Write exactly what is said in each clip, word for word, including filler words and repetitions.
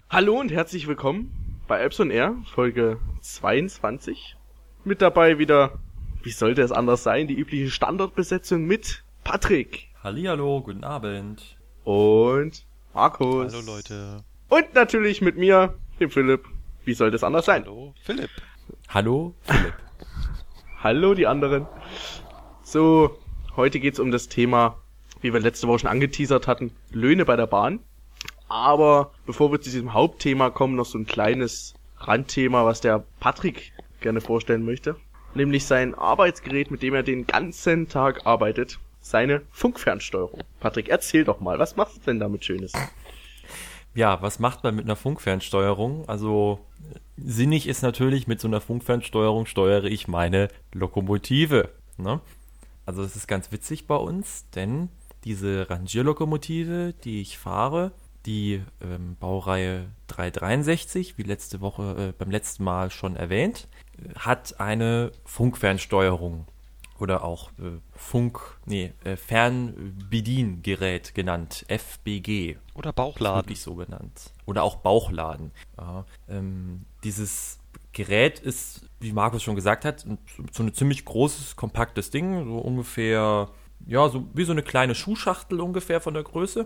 Hallo und herzlich willkommen bei Alps on Air, Folge zweiundzwanzig. Mit dabei wieder, wie sollte es anders sein, die übliche Standardbesetzung mit Patrick. Hallihallo, guten Abend. Und Markus. Hallo Leute. Und natürlich mit mir, dem Philipp. Wie sollte es anders sein? Hallo Philipp. Hallo Philipp. Hallo die anderen. So, heute geht's um das Thema, wie wir letzte Woche schon angeteasert hatten, Löhne bei der Bahn. Aber bevor wir zu diesem Hauptthema kommen, noch so ein kleines Randthema, was der Patrick gerne vorstellen möchte. Nämlich sein Arbeitsgerät, mit dem er den ganzen Tag arbeitet. Seine Funkfernsteuerung. Patrick, erzähl doch mal, was machst du denn damit Schönes? Ja, was macht man mit einer Funkfernsteuerung? Also sinnig ist natürlich, mit so einer Funkfernsteuerung steuere ich meine Lokomotive. Ne? Also das ist ganz witzig bei uns, denn diese Rangierlokomotive, die ich fahre, die ähm, Baureihe dreihundertdreiundsechzig, wie letzte Woche äh, beim letzten Mal schon erwähnt, äh, hat eine Funkfernsteuerung oder auch äh, Funk, nee, äh, Fernbediengerät genannt, F B G. Oder Bauchladen. Wirklich so genannt. Oder auch Bauchladen. Ja, ähm, dieses Gerät ist, wie Markus schon gesagt hat, so ein ziemlich großes, kompaktes Ding, so ungefähr, ja, so wie so eine kleine Schuhschachtel ungefähr von der Größe.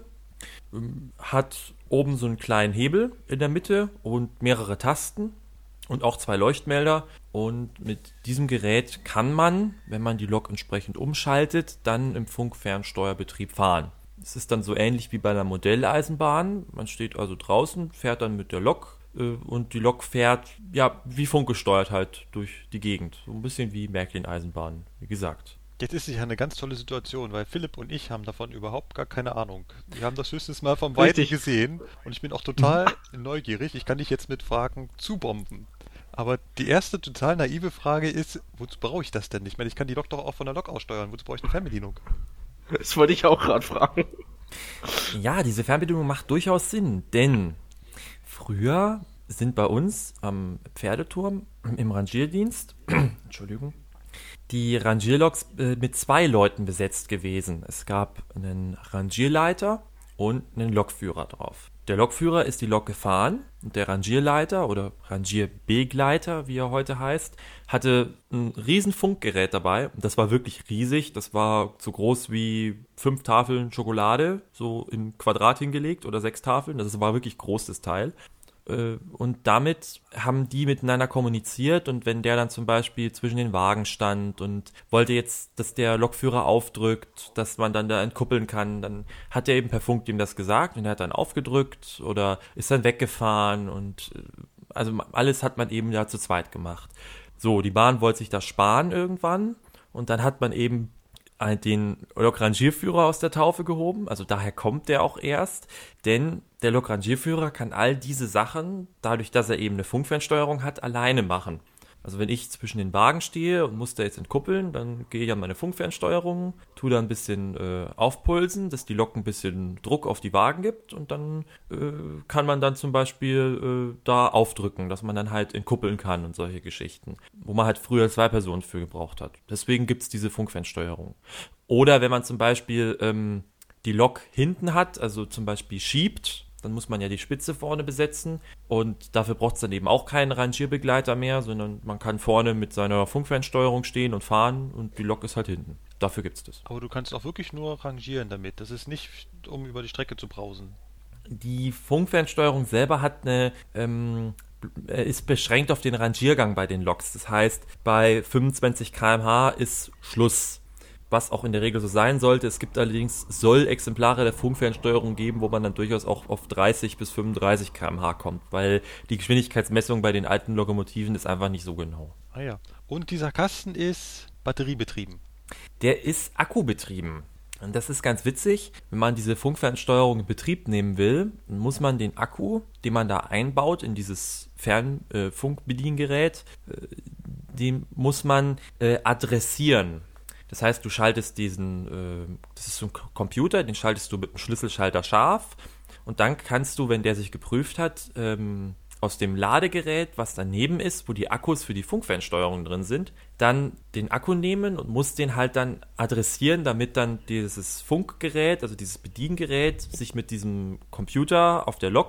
Hat oben so einen kleinen Hebel in der Mitte und mehrere Tasten und auch zwei Leuchtmelder. Und mit diesem Gerät kann man, wenn man die Lok entsprechend umschaltet, dann im Funkfernsteuerbetrieb fahren. Es ist dann so ähnlich wie bei einer Modelleisenbahn. Man steht also draußen, fährt dann mit der Lok äh, und die Lok fährt, ja, wie funkgesteuert halt durch die Gegend. So ein bisschen wie Märklin-Eisenbahn, wie gesagt. Jetzt ist es ja eine ganz tolle Situation, weil Philipp und ich haben davon überhaupt gar keine Ahnung. Wir haben das höchstens mal vom Weiten gesehen und ich bin auch total neugierig. Ich kann dich jetzt mit Fragen zubomben. Aber die erste total naive Frage ist, wozu brauche ich das denn nicht? Ich meine, ich kann die Lok doch auch von der Lok aus steuern. Wozu brauche ich eine Fernbedienung? Das wollte ich auch gerade fragen. Ja, diese Fernbedienung macht durchaus Sinn, denn früher sind bei uns am Pferdeturm im Rangierdienst, Entschuldigung, die Rangierloks äh, mit zwei Leuten besetzt gewesen. Es gab einen Rangierleiter und einen Lokführer drauf. Der Lokführer ist die Lok gefahren und der Rangierleiter oder Rangierbegleiter, wie er heute heißt, hatte ein riesen Funkgerät dabei. Das war wirklich riesig. Das war so groß wie fünf Tafeln Schokolade, so im Quadrat hingelegt oder sechs Tafeln. Das war wirklich groß, das Teil. Und damit haben die miteinander kommuniziert und wenn der dann zum Beispiel zwischen den Wagen stand und wollte jetzt, dass der Lokführer aufdrückt, dass man dann da entkuppeln kann, dann hat er eben per Funk ihm das gesagt und er hat dann aufgedrückt oder ist dann weggefahren und also alles hat man eben ja zu zweit gemacht. So, die Bahn wollte sich das sparen irgendwann und dann hat man eben den Lokrangierführer aus der Taufe gehoben, also daher kommt der auch erst, denn der Lokrangierführer kann all diese Sachen, dadurch, dass er eben eine Funkfernsteuerung hat, alleine machen. Also wenn ich zwischen den Wagen stehe und muss da jetzt entkuppeln, dann gehe ich an meine Funkfernsteuerung, tue da ein bisschen äh, aufpulsen, dass die Lok ein bisschen Druck auf die Wagen gibt und dann äh, kann man dann zum Beispiel äh, da aufdrücken, dass man dann halt entkuppeln kann und solche Geschichten, wo man halt früher zwei Personen für gebraucht hat. Deswegen gibt es diese Funkfernsteuerung. Oder wenn man zum Beispiel ähm, die Lok hinten hat, also zum Beispiel schiebt, dann muss man ja die Spitze vorne besetzen und dafür braucht es dann eben auch keinen Rangierbegleiter mehr, sondern man kann vorne mit seiner Funkfernsteuerung stehen und fahren und die Lok ist halt hinten. Dafür gibt's das. Aber du kannst auch wirklich nur rangieren damit. Das ist nicht, um über die Strecke zu brausen. Die Funkfernsteuerung selber hat eine, ähm, ist beschränkt auf den Rangiergang bei den Loks. Das heißt, bei fünfundzwanzig Kilometer pro Stunde ist Schluss. Was auch in der Regel so sein sollte. Es gibt allerdings, soll Exemplare der Funkfernsteuerung geben, wo man dann durchaus auch auf dreißig bis fünfunddreißig Kilometer pro Stunde kommt, weil die Geschwindigkeitsmessung bei den alten Lokomotiven ist einfach nicht so genau. Ah ja. Und dieser Kasten ist batteriebetrieben? Der ist akkubetrieben. Und das ist ganz witzig, wenn man diese Funkfernsteuerung in Betrieb nehmen will, dann muss man den Akku, den man da einbaut in dieses Fernfunkbediengerät, äh, den muss man äh, adressieren. Das heißt, du schaltest diesen, äh, das ist so ein Computer, den schaltest du mit dem Schlüsselschalter scharf und dann kannst du, wenn der sich geprüft hat, ähm, aus dem Ladegerät, was daneben ist, wo die Akkus für die Funkfernsteuerung drin sind, dann den Akku nehmen und musst den halt dann adressieren, damit dann dieses Funkgerät, also dieses Bediengerät, sich mit diesem Computer auf der Lok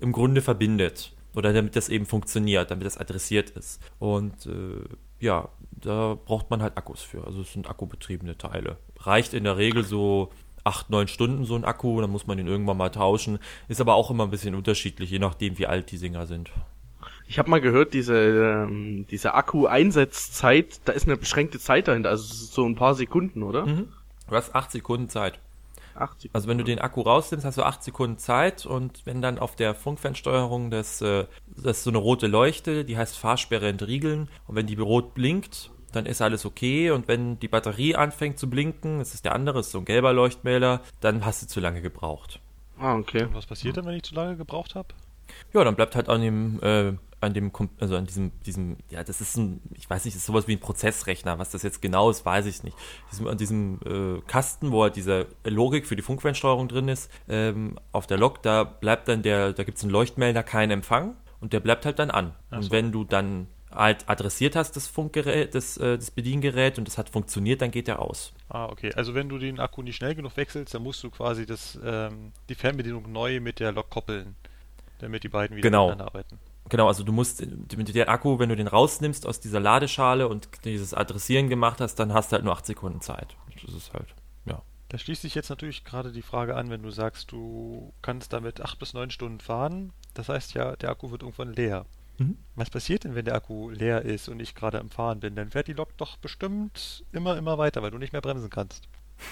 im Grunde verbindet. Oder damit das eben funktioniert, damit das adressiert ist. Und äh, ja, da braucht man halt Akkus für. Also es sind akkubetriebene Teile. Reicht in der Regel so acht, neun Stunden so ein Akku, dann muss man ihn irgendwann mal tauschen. Ist aber auch immer ein bisschen unterschiedlich, je nachdem wie alt die Dinger sind. Ich habe mal gehört, diese ähm, diese Akku-Einsatzzeit, da ist eine beschränkte Zeit dahinter, also so ein paar Sekunden, oder? Mhm. Du hast acht Sekunden Zeit. acht Sekunden. Also wenn du den Akku rausnimmst, hast du acht Sekunden Zeit und wenn dann auf der Funkfernsteuerung das, äh, das ist so eine rote Leuchte, die heißt Fahrsperre entriegeln und wenn die rot blinkt, dann ist alles okay und wenn die Batterie anfängt zu blinken, das ist der andere, das ist so ein gelber Leuchtmelder, dann hast du zu lange gebraucht. Ah, okay. Und was passiert dann, wenn ich zu lange gebraucht habe? Ja, dann bleibt halt an dem, äh, an dem, also an diesem, diesem, ja, das ist ein, ich weiß nicht, das ist sowas wie ein Prozessrechner. Was das jetzt genau ist, weiß ich nicht. Diesem, an diesem äh, Kasten, wo halt diese Logik für die Funkfernsteuerung drin ist, ähm, auf der Lok, da bleibt dann der, da gibt es einen Leuchtmelder, kein Empfang und der bleibt halt dann an. Ach und so. wenn du dann halt adressiert hast, das Funkgerät, das, äh, das Bediengerät und das hat funktioniert, dann geht der aus. Ah, okay. Also wenn du den Akku nicht schnell genug wechselst, dann musst du quasi das, ähm, die Fernbedienung neu mit der Lok koppeln, damit die beiden wieder Genau. miteinander arbeiten. Genau, also du musst mit dem Akku, wenn du den rausnimmst aus dieser Ladeschale und dieses Adressieren gemacht hast, dann hast du halt nur acht Sekunden Zeit. Das ist halt, ja. Da schließt sich jetzt natürlich gerade die Frage an, wenn du sagst, du kannst damit acht bis neun Stunden fahren. Das heißt ja, der Akku wird irgendwann leer. Mhm. Was passiert denn, wenn der Akku leer ist und ich gerade am Fahren bin? Dann fährt die Lok doch bestimmt immer, immer weiter, weil du nicht mehr bremsen kannst.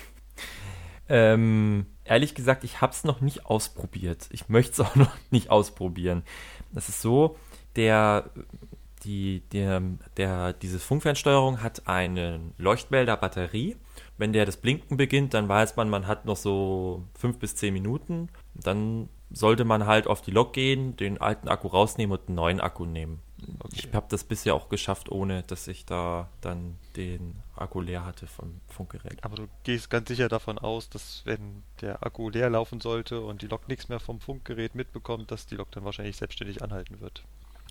Ähm, ehrlich gesagt, ich habe es noch nicht ausprobiert. Ich möchte es auch noch nicht ausprobieren. Das ist so, der, die, der, der, diese Funkfernsteuerung hat eine Leuchtmelder-Batterie. Wenn der das Blinken beginnt, dann weiß man, man hat noch so fünf bis zehn Minuten. Dann sollte man halt auf die Lok gehen, den alten Akku rausnehmen und einen neuen Akku nehmen. Okay. Ich habe das bisher auch geschafft, ohne dass ich da dann den Akku leer hatte vom Funkgerät. Aber du gehst ganz sicher davon aus, dass wenn der Akku leer laufen sollte und die Lok nichts mehr vom Funkgerät mitbekommt, dass die Lok dann wahrscheinlich selbstständig anhalten wird.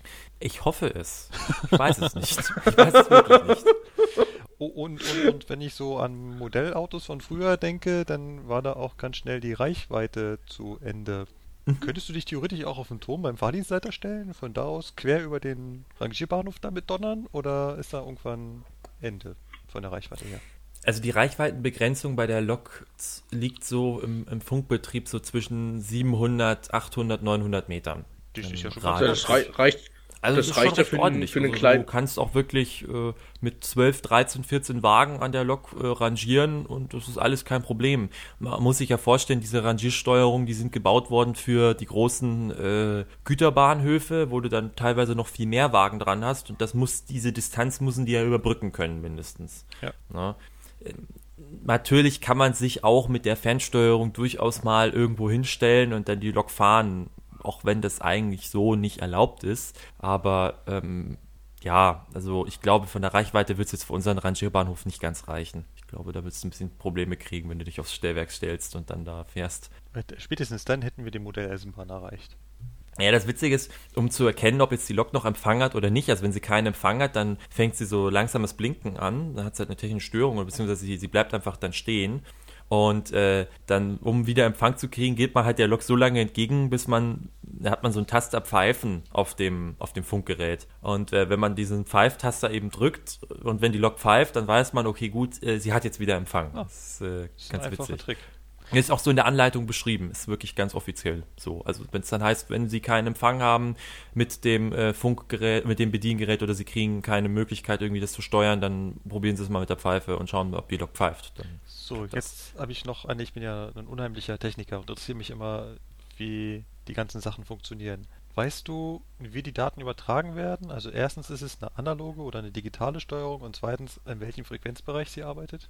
Ich hoffe es. Ich weiß es nicht. Ich weiß es wirklich nicht. Oh, und, und, und wenn ich so an Modellautos von früher denke, dann war da auch ganz schnell die Reichweite zu Ende. Mhm. Könntest du dich theoretisch auch auf den Turm beim Fahrdienstleiter stellen, von da aus quer über den Rangierbahnhof damit donnern, oder ist da irgendwann Ende von der Reichweite her? Also die Reichweitenbegrenzung bei der Lok liegt so im, im Funkbetrieb so zwischen siebenhundert, achthundert, neunhundert Metern. Das ist ja Im schon Radius. Das rei reicht, Also das das, reicht ist ja schon für recht einen- ordentlich. für einen Also kleinen- du kannst auch wirklich äh, mit zwölf, dreizehn, vierzehn Wagen an der Lok äh, rangieren und das ist alles kein Problem. Man muss sich ja vorstellen, diese Rangiersteuerungen, die sind gebaut worden für die großen äh, Güterbahnhöfe, wo du dann teilweise noch viel mehr Wagen dran hast und das muss, diese Distanz müssen die ja überbrücken können mindestens. Ja. Na? Ähm, Natürlich kann man sich auch mit der Fernsteuerung durchaus mal irgendwo hinstellen und dann die Lok fahren, auch wenn das eigentlich so nicht erlaubt ist. Aber ähm, ja, also ich glaube, von der Reichweite wird es jetzt für unseren Rangierbahnhof nicht ganz reichen. Ich glaube, da wirst du ein bisschen Probleme kriegen, wenn du dich aufs Stellwerk stellst und dann da fährst. Spätestens dann hätten wir den Modelleisenbahn erreicht. Ja, das Witzige ist, um zu erkennen, ob jetzt die Lok noch Empfang hat oder nicht, also wenn sie keinen Empfang hat, dann fängt sie so langsames Blinken an, dann hat sie halt eine technische Störung, oder beziehungsweise sie, sie bleibt einfach dann stehen und äh, dann, um wieder Empfang zu kriegen, geht man halt der Lok so lange entgegen, bis man, da hat man so einen Taster Pfeifen auf dem, auf dem Funkgerät und äh, wenn man diesen Pfeiftaster eben drückt und wenn die Lok pfeift, dann weiß man, okay gut, äh, sie hat jetzt wieder Empfang. Ah, das ist äh, Das ist ganz ein einfacher witzig. Trick. Ist auch so in der Anleitung beschrieben, ist wirklich ganz offiziell so. Also wenn es dann heißt, wenn Sie keinen Empfang haben mit dem äh, Funkgerät, mit dem Bediengerät oder Sie kriegen keine Möglichkeit irgendwie das zu steuern, dann probieren Sie es mal mit der Pfeife und schauen, ob die Lok pfeift. Dann So, das- jetzt habe ich noch eine, ich bin ja ein unheimlicher Techniker und interessiere mich immer, wie die ganzen Sachen funktionieren. Weißt du, wie die Daten übertragen werden? Also erstens, ist es eine analoge oder eine digitale Steuerung und zweitens, in welchem Frequenzbereich sie arbeitet?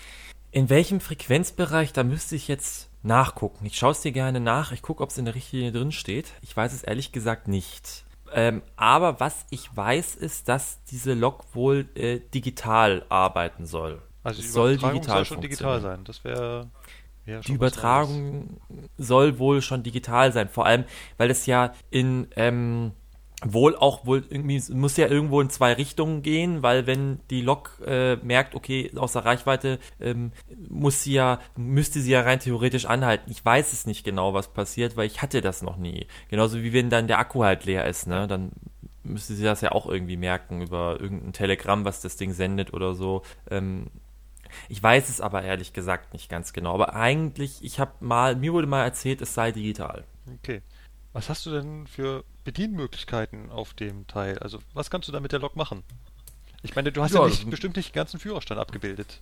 In welchem Frequenzbereich, da müsste ich jetzt nachgucken. Ich schaue es dir gerne nach. Ich gucke, ob es in der Richtlinie drin steht. Ich weiß es ehrlich gesagt nicht. Ähm, aber was ich weiß, ist, dass diese Lok wohl äh, digital arbeiten soll. Also die Es soll Übertragung digital soll schon digital funktionieren. sein. Das wäre wär Die schon was Neues. Übertragung soll wohl schon digital sein. Vor allem, weil es ja in, ähm, wohl auch wohl irgendwie, es muss ja irgendwo in zwei Richtungen gehen, weil wenn die Lok äh, merkt, okay, außer Reichweite, ähm, muss sie ja, müsste sie ja rein theoretisch anhalten. Ich weiß es nicht genau, was passiert, weil ich hatte das noch nie. Genauso wie wenn dann der Akku halt leer ist, ne, dann müsste sie das ja auch irgendwie merken über irgendein Telegramm, was das Ding sendet oder so. Ähm, ich weiß es aber ehrlich gesagt nicht ganz genau. Aber eigentlich, ich habe mal, mir wurde mal erzählt, es sei digital. Okay. Was hast du denn für Bedienmöglichkeiten auf dem Teil? Also, was kannst du da mit der Lok machen? Ich meine, du hast ja, Ja, nicht, das- bestimmt nicht den ganzen Führerstand abgebildet.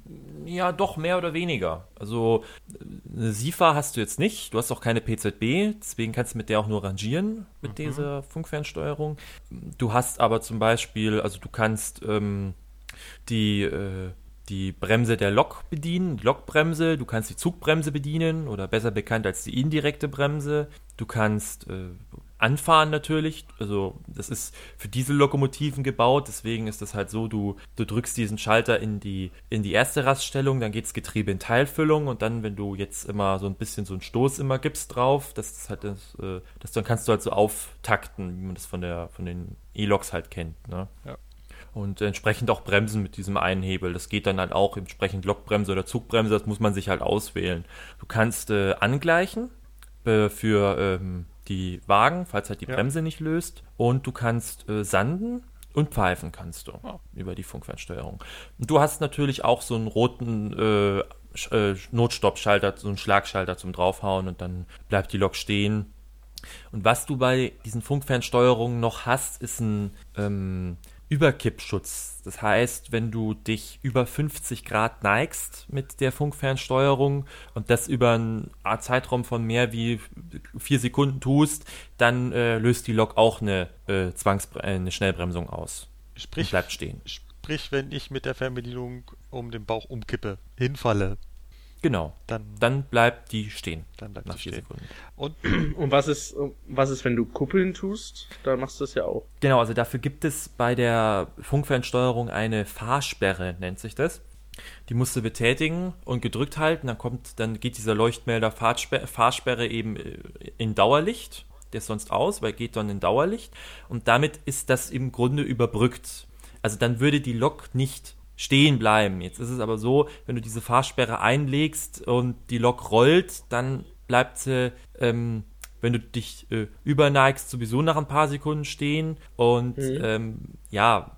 Ja, doch, mehr oder weniger. Also eine SIFA hast du jetzt nicht, du hast auch keine P Z B, deswegen kannst du mit der auch nur rangieren, mit dieser Funkfernsteuerung. Du hast aber zum Beispiel, also du kannst ähm, die, äh, die Bremse der Lok bedienen, die Lokbremse, du kannst die Zugbremse bedienen oder besser bekannt als die indirekte Bremse. Du kannst äh, anfahren natürlich, also das ist für Diesellokomotiven gebaut, deswegen ist das halt so, du, du drückst diesen Schalter in die, in die erste Raststellung, dann geht das Getriebe in Teilfüllung und dann, wenn du jetzt immer so ein bisschen so einen Stoß immer gibst drauf, das ist halt das, äh, das dann kannst du halt so auftakten, wie man das von der von den E-Loks halt kennt, ne? Ja. Und entsprechend auch bremsen mit diesem einen Hebel. Das geht dann halt auch entsprechend Lokbremse oder Zugbremse, das muss man sich halt auswählen. Du kannst äh, angleichen äh, für ähm, die Wagen, falls halt die Ja. Bremse nicht löst. Und du kannst äh, sanden und pfeifen kannst du Oh. über die Funkfernsteuerung. Und du hast natürlich auch so einen roten äh, Sch- äh, Notstoppschalter, so einen Schlagschalter zum Draufhauen und dann bleibt die Lok stehen. Und was du bei diesen Funkfernsteuerungen noch hast, ist ein ähm, Überkippschutz. Das heißt, wenn du dich über fünfzig Grad neigst mit der Funkfernsteuerung und das über einen Zeitraum von mehr wie vier Sekunden tust, dann äh, löst die Lok auch eine, äh, Zwangsbre- äh, eine Schnellbremsung aus und Sprich, bleibt stehen. sprich, wenn ich mit der Fernbedienung um den Bauch umkippe, hinfalle, Genau. dann, Dann bleibt die stehen. dann bleibt Nach sie vier stehen. Sekunden. Und Und was ist, was ist, wenn du Kuppeln tust? Da machst du das ja auch. Genau, also dafür gibt es bei der Funkfernsteuerung eine Fahrsperre, nennt sich das. Die musst du betätigen und gedrückt halten, dann kommt, dann geht dieser Leuchtmelder Fahrsperre, Fahrsperre eben in Dauerlicht. Der ist sonst aus, weil geht dann in Dauerlicht. Und damit ist das im Grunde überbrückt. Also dann würde die Lok nicht stehen bleiben. Jetzt ist es aber so, wenn du diese Fahrsperre einlegst und die Lok rollt, dann bleibt sie, ähm, wenn du dich äh, überneigst, sowieso nach ein paar Sekunden stehen. Und Mhm. ähm, ja,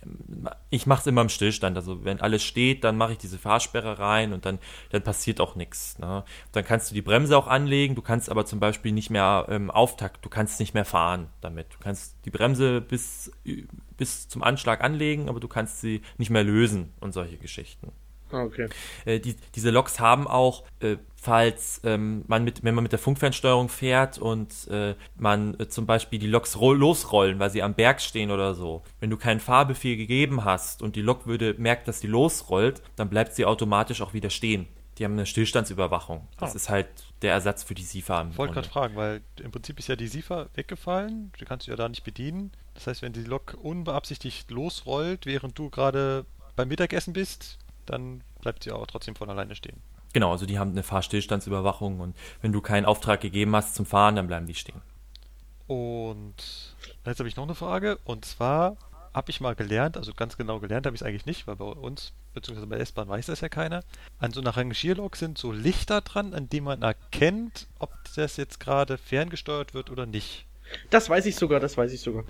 ich mache es immer im Stillstand. Also wenn alles steht, dann mache ich diese Fahrsperre rein und dann, dann passiert auch nichts. Ne? Dann kannst du die Bremse auch anlegen, du kannst aber zum Beispiel nicht mehr ähm, Auftakt, du kannst nicht mehr fahren damit. Du kannst die Bremse bis, bis zum Anschlag anlegen, aber du kannst sie nicht mehr lösen und solche Geschichten. Ah, okay. Äh, die, diese Loks haben auch, äh, falls ähm, man mit, wenn man mit der Funkfernsteuerung fährt und äh, man äh, zum Beispiel die Loks ro- losrollen, weil sie am Berg stehen oder so. Wenn du keinen Fahrbefehl gegeben hast und die Lok würde merkt, dass die losrollt, dann bleibt sie automatisch auch wieder stehen. Die haben eine Stillstandsüberwachung. Das Ah. ist halt der Ersatz für die SIFA im ich wollte Grunde. gerade fragen, weil im Prinzip ist ja die SIFA weggefallen, die kannst du ja da nicht bedienen. Das heißt, wenn die Lok unbeabsichtigt losrollt, während du gerade beim Mittagessen bist, dann bleibt sie auch trotzdem von alleine stehen. Genau, also die haben eine Fahrstillstandsüberwachung und wenn du keinen Auftrag gegeben hast zum Fahren, dann bleiben die stehen. Und jetzt habe ich noch eine Frage, und zwar habe ich mal gelernt, also ganz genau gelernt habe ich es eigentlich nicht, weil bei uns, beziehungsweise bei der S-Bahn weiß das ja keiner, an so einer Rangierlok sind so Lichter dran, an denen man erkennt, ob das jetzt gerade ferngesteuert wird oder nicht. Das weiß ich sogar, das weiß ich sogar.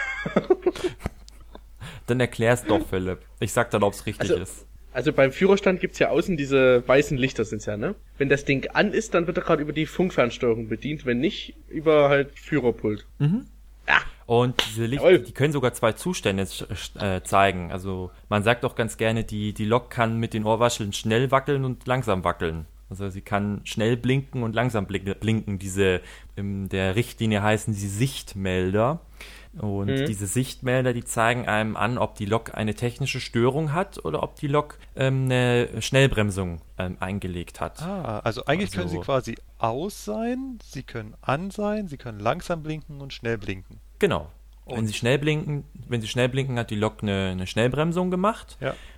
Dann erklär's doch, Philipp. Ich sag dann, ob's richtig Also- ist. Also beim Führerstand gibt's ja außen diese weißen Lichter sind's ja, ne? Wenn das Ding an ist, dann wird er gerade über die Funkfernsteuerung bedient, wenn nicht, über halt Führerpult. Und diese Lichter, Jawohl. die können sogar zwei Zustände äh, zeigen. Also man sagt auch ganz gerne, die, die Lok kann mit den Ohrwascheln schnell wackeln und langsam wackeln. Also sie kann schnell blinken und langsam blink- blinken. Diese, in der Richtlinie heißen sie Sichtmelder. Und Mhm. diese Sichtmelder, die zeigen einem an, ob die Lok eine technische Störung hat oder ob die Lok ähm, eine Schnellbremsung ähm, eingelegt hat. Ah, also eigentlich Also- können sie quasi aus sein, sie können an sein, sie können langsam blinken und schnell blinken. Genau. Und- Wenn sie schnell blinken, wenn sie schnell blinken, hat die Lok eine, eine Schnellbremsung gemacht. Ja.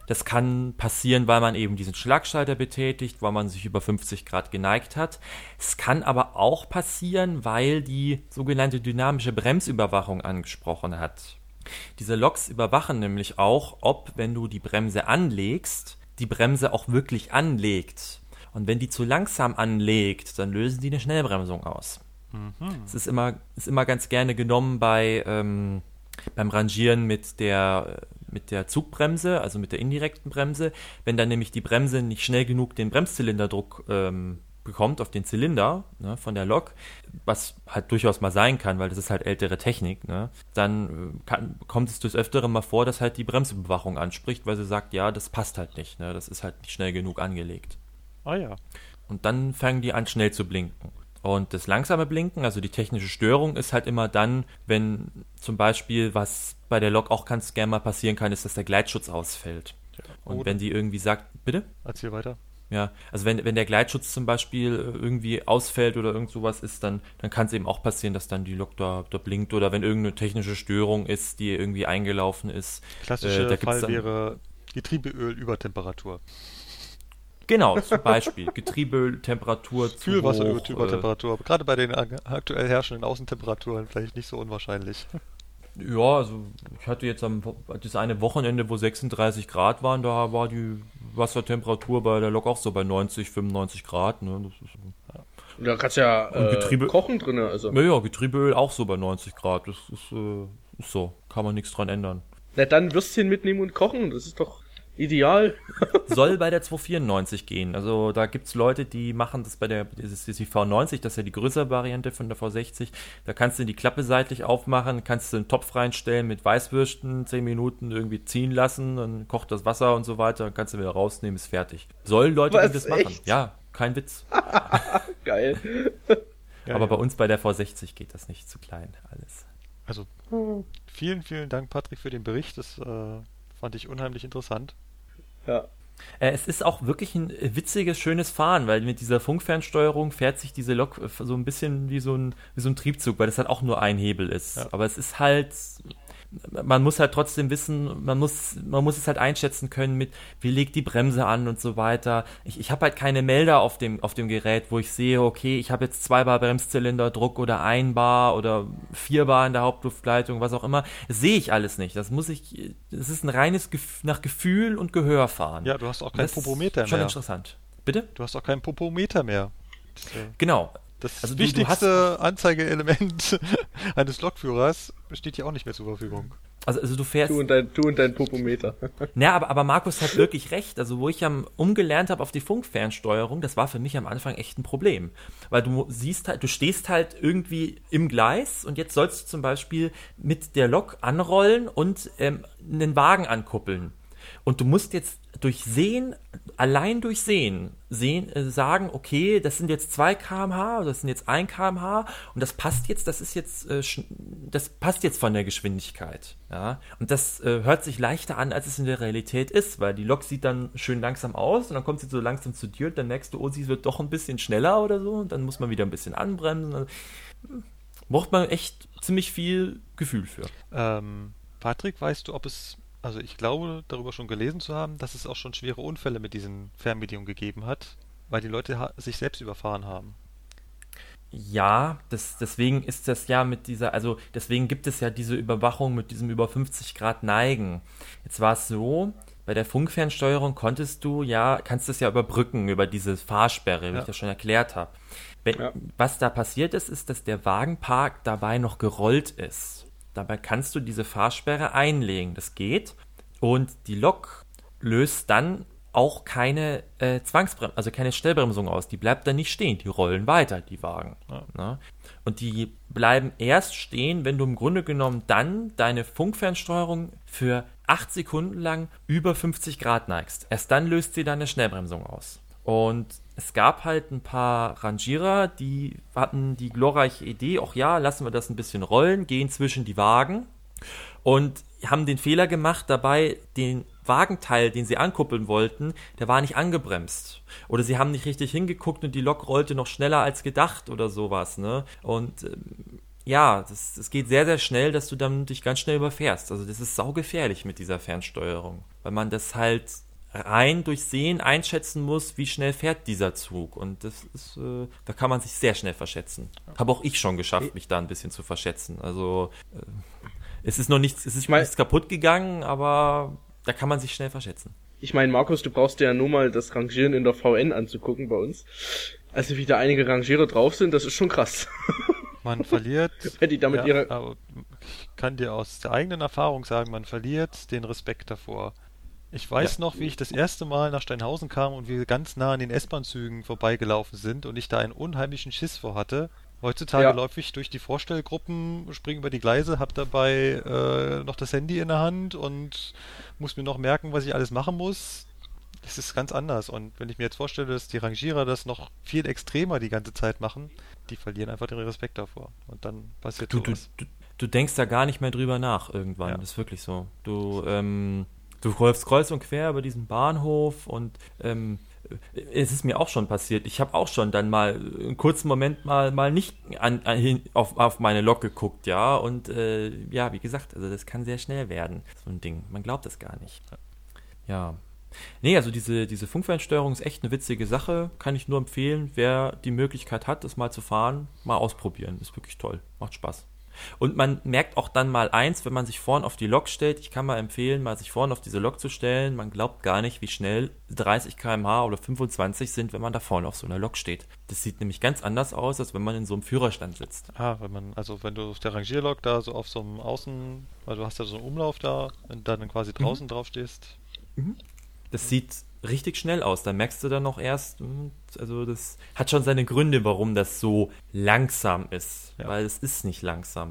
Das kann passieren, weil man eben diesen Schlagschalter betätigt, weil man sich über fünfzig Grad geneigt hat. Es kann aber auch passieren, weil die sogenannte dynamische Bremsüberwachung angesprochen hat. Diese Loks überwachen nämlich auch, ob, wenn du die Bremse anlegst, die Bremse auch wirklich anlegt. Und wenn die zu langsam anlegt, dann lösen die eine Schnellbremsung aus. Mhm. Das ist immer, ist immer ganz gerne genommen bei, ähm, beim Rangieren mit der, mit der Zugbremse, also mit der indirekten Bremse. Wenn dann nämlich die Bremse nicht schnell genug den Bremszylinderdruck ähm, bekommt auf den Zylinder, ne, von der Lok, was halt durchaus mal sein kann, weil das ist halt ältere Technik, ne, dann kann, kommt es des Öfteren mal vor, dass halt die Bremsüberwachung anspricht, weil sie sagt, ja, das passt halt nicht, ne, das ist halt nicht schnell genug angelegt. Ah ja. Und dann fangen die an, schnell zu blinken. Und das langsame Blinken, also die technische Störung, ist halt immer dann, wenn zum Beispiel, was bei der Lok auch ganz gerne mal passieren kann, ist, dass der Gleitschutz ausfällt. Ja. Und Oder wenn die irgendwie sagt, bitte? Erzähl weiter. Ja, also wenn, wenn der Gleitschutz zum Beispiel irgendwie ausfällt oder irgend sowas ist, dann, dann kann es eben auch passieren, dass dann die Lok da, da blinkt oder wenn irgendeine technische Störung ist, die irgendwie eingelaufen ist. Klassischer äh, Fall dann, wäre Getriebeöl-Übertemperatur. Genau, zum Beispiel Getriebeöltemperatur zu Kühlwasserübertemperatur, äh, gerade bei den aktuell herrschenden Außentemperaturen vielleicht nicht so unwahrscheinlich. Ja, also ich hatte jetzt am das eine Wochenende, wo sechsunddreißig Grad waren, da war die Wassertemperatur bei der Lok auch so bei neunzig, fünfundneunzig Grad. Ne? Das ist, ja. Und da kannst du ja äh, Getriebe, kochen drin. Also. Ja, ja, Getriebeöl auch so bei neunzig Grad. Das ist, äh, ist so, kann man nichts dran ändern. Na dann Würstchen mitnehmen und kochen, das ist doch ideal. Soll bei der zweihundertvierundneunzig gehen. Also da gibt es Leute, die machen das bei der, das ist die V neunzig, das ist ja die größere Variante von der V sechzig. Da kannst du die Klappe seitlich aufmachen, kannst du einen Topf reinstellen mit Weißwürsten, zehn Minuten irgendwie ziehen lassen, dann kocht das Wasser und so weiter, dann kannst du wieder rausnehmen, ist fertig. Sollen Leute, Was, die das machen. echt? Ja, kein Witz. Geil. Aber bei uns bei der V sechzig geht das nicht zu klein alles. Also vielen, vielen Dank, Patrick, für den Bericht. Das äh, fand ich unheimlich interessant. Ja. Äh, es ist auch wirklich ein witziges, schönes Fahren, weil mit dieser Funkfernsteuerung fährt sich diese Lok so ein bisschen wie so ein, wie so ein Triebzug, weil das halt auch nur ein Hebel ist. Ja. Aber es ist halt, man muss halt trotzdem wissen, man muss, man muss es halt einschätzen können mit, wie legt die Bremse an und so weiter. Ich, ich habe halt keine Melder auf dem, auf dem Gerät, wo ich sehe, okay, ich habe jetzt zwei Bar Bremszylinderdruck oder ein Bar oder vier Bar in der Hauptluftleitung, was auch immer. Das sehe ich alles nicht. Das muss ich, das ist ein reines Gef- nach Gefühl und Gehör fahren. Ja, du hast auch kein Popometer mehr. Schon interessant. Bitte? Du hast auch kein Popometer mehr. Genau. Das also wichtigste du, du Anzeigeelement eines Lokführers steht hier auch nicht mehr zur Verfügung. Also, also du fährst... Du und dein, du und dein Popometer. Ja, aber, aber Markus hat wirklich recht. Also wo ich am umgelernt habe auf die Funkfernsteuerung, das war für mich am Anfang echt ein Problem. Weil du siehst halt, du stehst halt irgendwie im Gleis und jetzt sollst du zum Beispiel mit der Lok anrollen und ähm, einen Wagen ankuppeln. Und du musst jetzt durch Sehen, allein durch Sehen, sehen, äh, sagen, okay, das sind jetzt zwei Kilometer pro Stunde, das sind jetzt ein Kilometer pro Stunde und das passt jetzt, das ist jetzt, äh, sch- das passt jetzt von der Geschwindigkeit. Ja? Und das äh, hört sich leichter an, als es in der Realität ist, weil die Lok sieht dann schön langsam aus und dann kommt sie so langsam zu dir und dann merkst du, oh, sie wird doch ein bisschen schneller oder so und dann muss man wieder ein bisschen anbremsen. Also, braucht man echt ziemlich viel Gefühl für. Ähm, Patrick, weißt du, ob es Also ich glaube, darüber schon gelesen zu haben, dass es auch schon schwere Unfälle mit diesen Fernbedienungen gegeben hat, weil die Leute ha- sich selbst überfahren haben. Ja, das, deswegen ist das ja mit dieser, also deswegen gibt es ja diese Überwachung mit diesem über fünfzig Grad Neigen. Jetzt war es so, bei der Funkfernsteuerung konntest du ja, kannst es ja überbrücken über diese Fahrsperre, wie Ja. ich das schon erklärt habe. Wenn, Ja. Was da passiert ist, ist, dass der Wagenpark dabei noch gerollt ist. Dabei kannst du diese Fahrsperre einlegen. Das geht. Und die Lok löst dann auch keine äh, Zwangsbremsung, also keine Schnellbremsung aus. Die bleibt dann nicht stehen. Die rollen weiter, die Wagen. Ja. Ne? Und die bleiben erst stehen, wenn du im Grunde genommen dann deine Funkfernsteuerung für acht Sekunden lang über fünfzig Grad neigst. Erst dann löst sie deine Schnellbremsung aus. Und es gab halt ein paar Rangierer, die hatten die glorreiche Idee, ach ja, lassen wir das ein bisschen rollen, gehen zwischen die Wagen und haben den Fehler gemacht, dabei den Wagenteil, den sie ankuppeln wollten, der war nicht angebremst. Oder sie haben nicht richtig hingeguckt und die Lok rollte noch schneller als gedacht oder sowas, ne? Und ähm, ja, das, das geht sehr, sehr schnell, dass du dann dich ganz schnell überfährst. Also das ist saugefährlich mit dieser Fernsteuerung, weil man das halt rein durch Sehen einschätzen muss, wie schnell fährt dieser Zug. Und das ist, äh, da kann man sich sehr schnell verschätzen. Habe auch ich schon geschafft, mich da ein bisschen zu verschätzen. Also äh, es ist noch nichts, es ist Ich mein- nichts kaputt gegangen, aber da kann man sich schnell verschätzen. Ich meine, Markus, du brauchst dir ja nur mal das Rangieren in der V N anzugucken bei uns. Also wie da einige Rangierer drauf sind, das ist schon krass. Man verliert, Wenn die damit ja, ihre... aber ich kann dir aus der eigenen Erfahrung sagen, man verliert den Respekt davor. Ich weiß Ja. noch, wie ich das erste Mal nach Steinhausen kam und wir ganz nah an den S-Bahn-Zügen vorbeigelaufen sind und ich da einen unheimlichen Schiss vor hatte. Heutzutage Ja. laufe ich durch die Vorstellgruppen, springe über die Gleise, habe dabei äh, noch das Handy in der Hand und muss mir noch merken, was ich alles machen muss. Das ist ganz anders. Und wenn ich mir jetzt vorstelle, dass die Rangierer das noch viel extremer die ganze Zeit machen, die verlieren einfach den Respekt davor. Und dann passiert Du, du, sowas. du, du denkst da gar nicht mehr drüber nach irgendwann. Ja. Das ist wirklich so. Du, ähm, du läufst kreuz und quer über diesen Bahnhof und ähm, es ist mir auch schon passiert. Ich habe auch schon dann mal einen kurzen Moment mal mal nicht an, an, hin, auf, auf meine Lok geguckt, ja. Und äh, ja, wie gesagt, also das kann sehr schnell werden, so ein Ding. Man glaubt es gar nicht. Ja. Nee, also diese, diese Funkfernsteuerung ist echt eine witzige Sache. Kann ich nur empfehlen, wer die Möglichkeit hat, das mal zu fahren, mal ausprobieren. Ist wirklich toll. Macht Spaß. Und man merkt auch dann mal eins, wenn man sich vorn auf die Lok stellt. Ich kann mal empfehlen, mal sich vorn auf diese Lok zu stellen. Man glaubt gar nicht, wie schnell dreißig Kilometer pro Stunde oder fünfundzwanzig sind, wenn man da vorne auf so einer Lok steht. Das sieht nämlich ganz anders aus, als wenn man in so einem Führerstand sitzt. Ah, wenn man, also wenn du auf der Rangierlok da so auf so einem Außen, weil du hast ja so einen Umlauf da und dann quasi draußen Mhm. drauf stehst. Das sieht richtig schnell aus. Da merkst du dann noch erst, hm, also das hat schon seine Gründe, warum das so langsam ist. Ja. Weil es ist nicht langsam.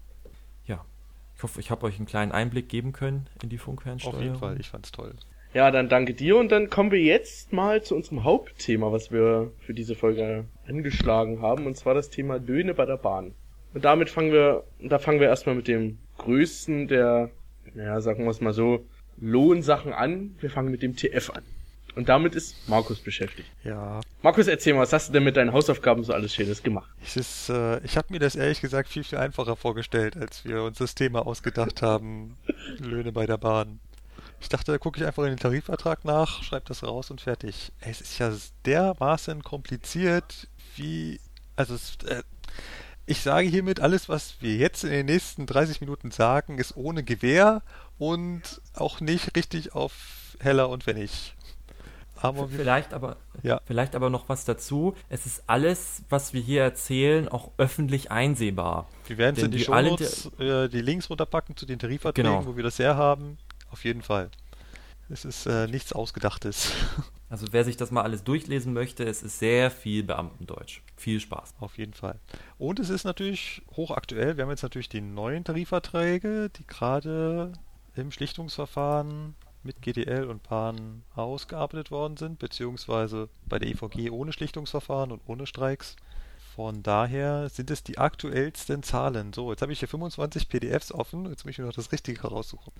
Ja. Ich hoffe, ich habe euch einen kleinen Einblick geben können in die Funkfernsteuerung. Auf jeden Fall, ich fand's toll. Ja, dann danke dir und dann kommen wir jetzt mal zu unserem Hauptthema, was wir für diese Folge angeschlagen haben, und zwar das Thema Löhne bei der Bahn. Und damit fangen wir, da fangen wir erstmal mit dem größten der, naja, sagen wir es mal so, Lohnsachen an. Wir fangen mit dem T F an. Und damit ist Markus beschäftigt. Ja, Markus, erzähl mal, was hast du denn mit deinen Hausaufgaben so alles Schönes gemacht? es ist, äh, ich habe mir das ehrlich gesagt viel, viel einfacher vorgestellt, als wir uns das Thema ausgedacht haben, Löhne bei der Bahn. Ich dachte, da gucke ich einfach in den Tarifvertrag nach, schreibe das raus und fertig. Es ist ja dermaßen kompliziert, wie, also es, äh, ich sage hiermit, alles, was wir jetzt in den nächsten dreißig Minuten sagen, ist ohne Gewähr und auch nicht richtig auf Heller und Pfennig. Aber wir, Vielleicht aber, Ja. vielleicht aber noch was dazu. Es ist alles, was wir hier erzählen, auch öffentlich einsehbar. wir werden es Denn in die die alle- Shownotes äh, die Links runterpacken zu den Tarifverträgen, Genau. wo wir das herhaben. Auf jeden Fall. Es ist äh, nichts Ausgedachtes. Also wer sich das mal alles durchlesen möchte, es ist sehr viel Beamtendeutsch. Viel Spaß. Auf jeden Fall. Und es ist natürlich hochaktuell. Wir haben jetzt natürlich die neuen Tarifverträge, die gerade im Schlichtungsverfahren mit G D L und Bahn ausgearbeitet worden sind, beziehungsweise bei der E V G ohne Schlichtungsverfahren und ohne Streiks. Von daher sind es die aktuellsten Zahlen. So, jetzt habe ich hier fünfundzwanzig P D Fs offen. Jetzt muss ich mir noch das Richtige raussuchen.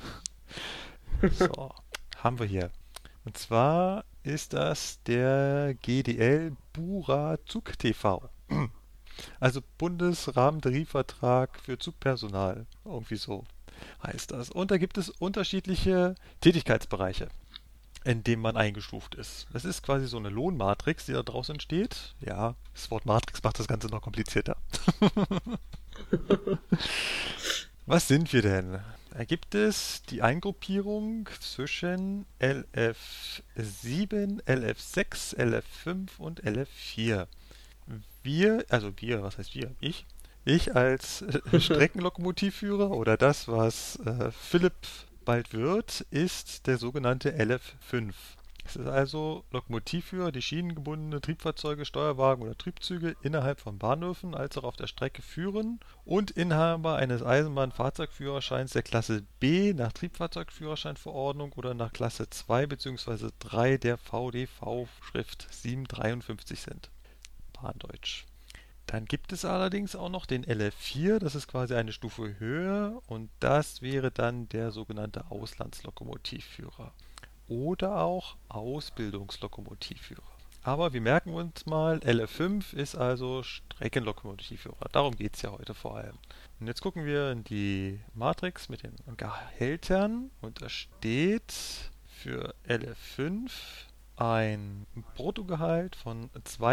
So, haben wir hier. Und zwar ist das der G D L Bura Zug T V. Also Bundesrahmentarifvertrag für Zugpersonal. Irgendwie so heißt das. Und da gibt es unterschiedliche Tätigkeitsbereiche, in denen man eingestuft ist. Das ist quasi so eine Lohnmatrix, die da draußen entsteht. Ja, das Wort Matrix macht das Ganze noch komplizierter. Was sind wir denn? Da gibt es die Eingruppierung zwischen L F sieben, L F sechs, L F fünf und L F vier. Wir, also wir, was heißt wir? Ich? Ich als äh, Streckenlokomotivführer oder das, was äh, Philipp bald wird, ist der sogenannte L F fünf. Es ist also Lokomotivführer, die schienengebundene Triebfahrzeuge, Steuerwagen oder Triebzüge innerhalb von Bahnhöfen als auch auf der Strecke führen und Inhaber eines Eisenbahnfahrzeugführerscheins der Klasse B nach Triebfahrzeugführerscheinverordnung oder nach Klasse zwei bzw. drei der V D V-Schrift sieben dreiundfünfzig sind. Bahndeutsch. Dann gibt es allerdings auch noch den L F vier, das ist quasi eine Stufe höher und das wäre dann der sogenannte Auslandslokomotivführer oder auch Ausbildungslokomotivführer. Aber wir merken uns mal, L F fünf ist also Streckenlokomotivführer. Darum geht es ja heute vor allem. Und jetzt gucken wir in die Matrix mit den Gehältern und da steht für L F fünf ein Bruttogehalt von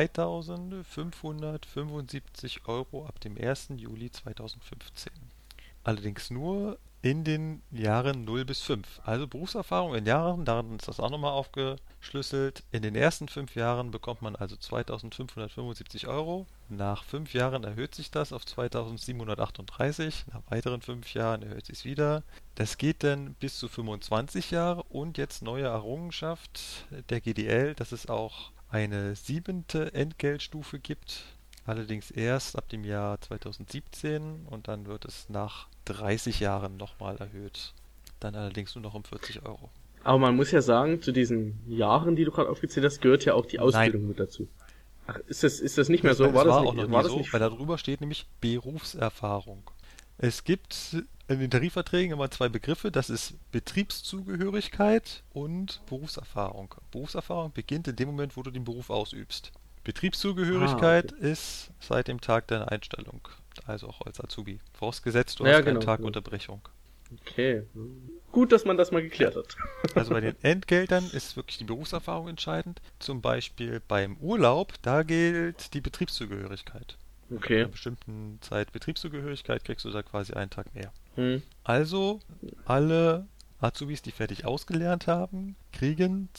zweitausendfünfhundertfünfundsiebzig Euro ab dem ersten Juli zweitausendfünfzehn. Allerdings nur in den Jahren null bis fünf. Also Berufserfahrung in Jahren, daran ist das auch nochmal aufgeschlüsselt. In den ersten fünf Jahren bekommt man also zweitausendfünfhundertfünfundsiebzig Euro. Nach fünf Jahren erhöht sich das auf zweitausendsiebenhundertachtunddreißig. Nach weiteren fünf Jahren erhöht sich es wieder. Das geht dann bis zu fünfundzwanzig Jahre und jetzt neue Errungenschaft der G D L, dass es auch eine siebente Entgeltstufe gibt. Allerdings erst ab dem Jahr zweitausendsiebzehn und dann wird es nach dreißig Jahren nochmal erhöht. Dann allerdings nur noch um vierzig Euro. Aber man muss ja sagen, zu diesen Jahren, die du gerade aufgezählt hast, gehört ja auch die Ausbildung Nein. mit dazu. Ach, ist das, ist das nicht mehr so? Das War das war nicht, auch noch war nie das so, nicht? weil da drüber steht nämlich Berufserfahrung. Es gibt in den Tarifverträgen immer zwei Begriffe, das ist Betriebszugehörigkeit und Berufserfahrung. Berufserfahrung beginnt in dem Moment, wo du den Beruf ausübst. Betriebszugehörigkeit Ah, okay. ist seit dem Tag deiner Einstellung, also auch als Azubi. Vorausgesetzt, du Ja, hast keinen genau, Tag genau. Unterbrechung. Okay. Gut, dass man das mal geklärt hat. Also bei den Entgeltern ist wirklich die Berufserfahrung entscheidend. Zum Beispiel beim Urlaub, da gilt die Betriebszugehörigkeit. Bei Okay. einer bestimmten Zeit Betriebszugehörigkeit kriegst du da quasi einen Tag mehr. Hm. Also alle Azubis, die fertig ausgelernt haben, kriegen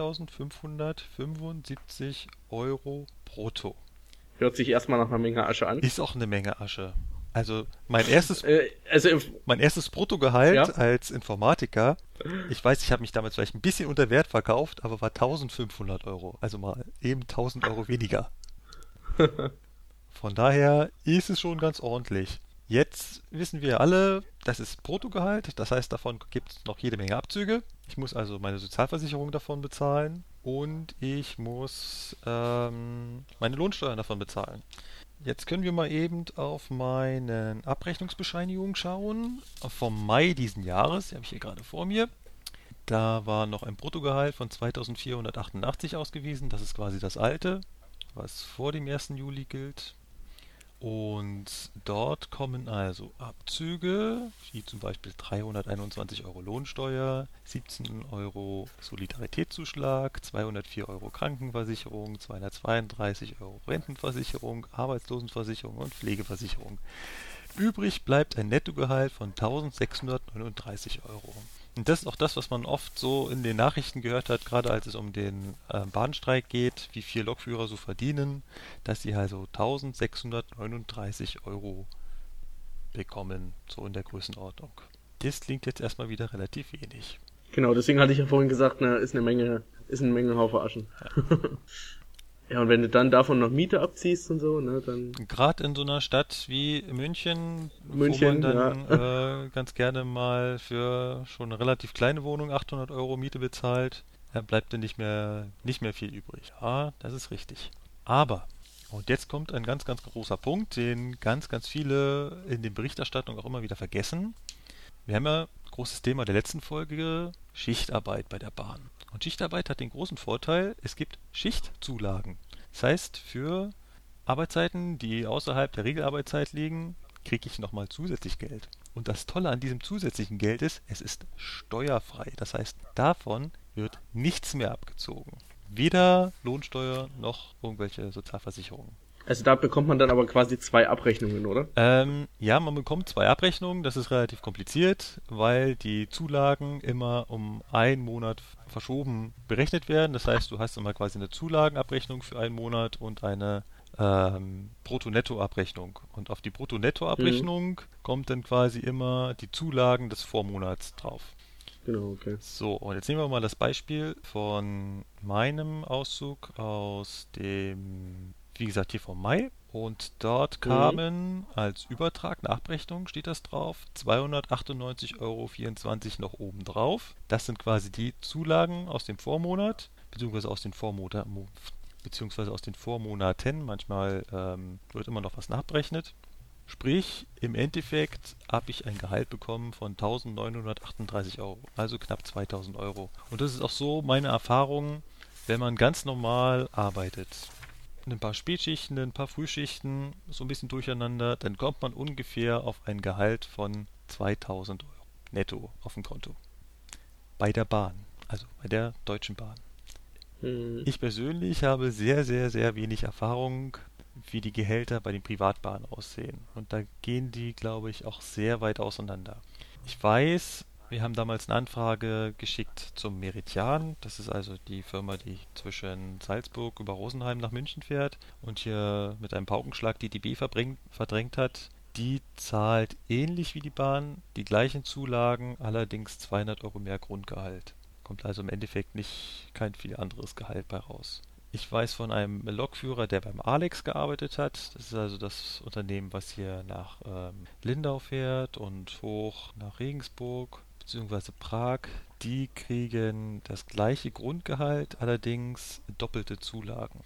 zweitausendfünfhundertfünfundsiebzig Euro brutto. Hört sich erstmal nach einer Menge Asche an. Ist auch eine Menge Asche. Also mein erstes, Äh, also, im- mein erstes Bruttogehalt Ja. als Informatiker, ich weiß, ich habe mich damals vielleicht ein bisschen unter Wert verkauft, aber war eintausendfünfhundert Euro. Also mal eben tausend Euro weniger. Von daher ist es schon ganz ordentlich. Jetzt wissen wir alle, das ist Bruttogehalt, das heißt, davon gibt es noch jede Menge Abzüge. Ich muss also meine Sozialversicherung davon bezahlen und ich muss ähm, meine Lohnsteuern davon bezahlen. Jetzt können wir mal eben auf meine Abrechnungsbescheinigung schauen. Vom Mai diesen Jahres, die habe ich hier gerade vor mir. Da war noch ein Bruttogehalt von zweitausendvierhundertachtundachtzig ausgewiesen. Das ist quasi das alte, was vor dem ersten Juli gilt. Und dort kommen also Abzüge, wie zum Beispiel dreihunderteinundzwanzig Euro Lohnsteuer, siebzehn Euro Solidaritätszuschlag, zweihundertvier Euro Krankenversicherung, zweihundertzweiunddreißig Euro Rentenversicherung, Arbeitslosenversicherung und Pflegeversicherung. Übrig bleibt ein Nettogehalt von eintausendsechshundertneununddreißig Euro. Und das ist auch das, was man oft so in den Nachrichten gehört hat, gerade als es um den äh, Bahnstreik geht, wie viel Lokführer so verdienen, dass sie also eintausendsechshundertneununddreißig Euro bekommen, so in der Größenordnung. Das klingt jetzt erstmal wieder relativ wenig. genau, deswegen hatte ich ja vorhin gesagt, ne, ist eine Menge, ist eine Menge Haufen Aschen. Ja, und wenn du dann davon noch Miete abziehst und so, ne, dann... Gerade in so einer Stadt wie München, München, wo man dann äh, ganz gerne mal für schon eine relativ kleine Wohnung achthundert Euro Miete bezahlt, da bleibt dann nicht mehr, nicht mehr viel übrig. Ja, das ist richtig. Aber, und jetzt kommt ein ganz, ganz großer Punkt, den ganz, ganz viele in den Berichterstattungen auch immer wieder vergessen. Wir haben ja großes Thema der letzten Folge, Schichtarbeit bei der Bahn. Und Schichtarbeit hat den großen Vorteil, es gibt Schichtzulagen. Das heißt, für Arbeitszeiten, die außerhalb der Regelarbeitszeit liegen, kriege ich nochmal zusätzlich Geld. Und das Tolle an diesem zusätzlichen Geld ist, es ist steuerfrei. Das heißt, davon wird nichts mehr abgezogen. Weder Lohnsteuer noch irgendwelche Sozialversicherungen. Also da bekommt man dann aber quasi zwei Abrechnungen, oder? Ähm, ja, man bekommt zwei Abrechnungen, das ist relativ kompliziert, weil die Zulagen immer um einen Monat verschoben berechnet werden. Das heißt, du hast immer quasi eine Zulagenabrechnung für einen Monat und eine ähm, Brutto-Netto-Abrechnung. Und auf die Brutto-Netto-Abrechnung mhm. kommt dann quasi immer die Zulagen des Vormonats drauf. Genau, okay. So, und jetzt nehmen wir mal das Beispiel von meinem Auszug aus dem, wie gesagt, hier vom Mai. Und dort kamen mhm. als Übertrag, Nachberechnung steht das drauf, zweihundertachtundneunzig Euro vierundzwanzig noch oben drauf. Das sind quasi die Zulagen aus dem Vormonat, beziehungsweise aus den Vormonat, beziehungsweise aus den Vormonaten. Manchmal ähm, wird immer noch was nachberechnet. Sprich, im Endeffekt habe ich ein Gehalt bekommen von eintausendneunhundertachtunddreißig Euro, also knapp zweitausend Euro. Und das ist auch so meine Erfahrung wenn man ganz normal arbeitet, ein paar Spätschichten, ein paar Frühschichten, so ein bisschen durcheinander, dann kommt man ungefähr auf ein Gehalt von zweitausend Euro netto auf dem Konto. Bei der Bahn, also bei der Deutschen Bahn. Hm. Ich persönlich habe sehr, sehr, sehr wenig Erfahrung, wie die Gehälter bei den Privatbahnen aussehen. Und da gehen die, glaube ich, auch sehr weit auseinander. Ich weiß, wir haben damals eine Anfrage geschickt zum Meridian. Das ist also die Firma, die zwischen Salzburg über Rosenheim nach München fährt und hier mit einem Paukenschlag die D B verdrängt hat. Die zahlt ähnlich wie die Bahn die gleichen Zulagen, allerdings zweihundert Euro mehr Grundgehalt. Kommt also im Endeffekt nicht kein viel anderes Gehalt bei raus. Ich weiß von einem Lokführer, der beim Alex gearbeitet hat. Das ist also das Unternehmen, was hier nach ähm, Lindau fährt und hoch nach Regensburg bzw. Prag. Die kriegen das gleiche Grundgehalt, allerdings doppelte Zulagen.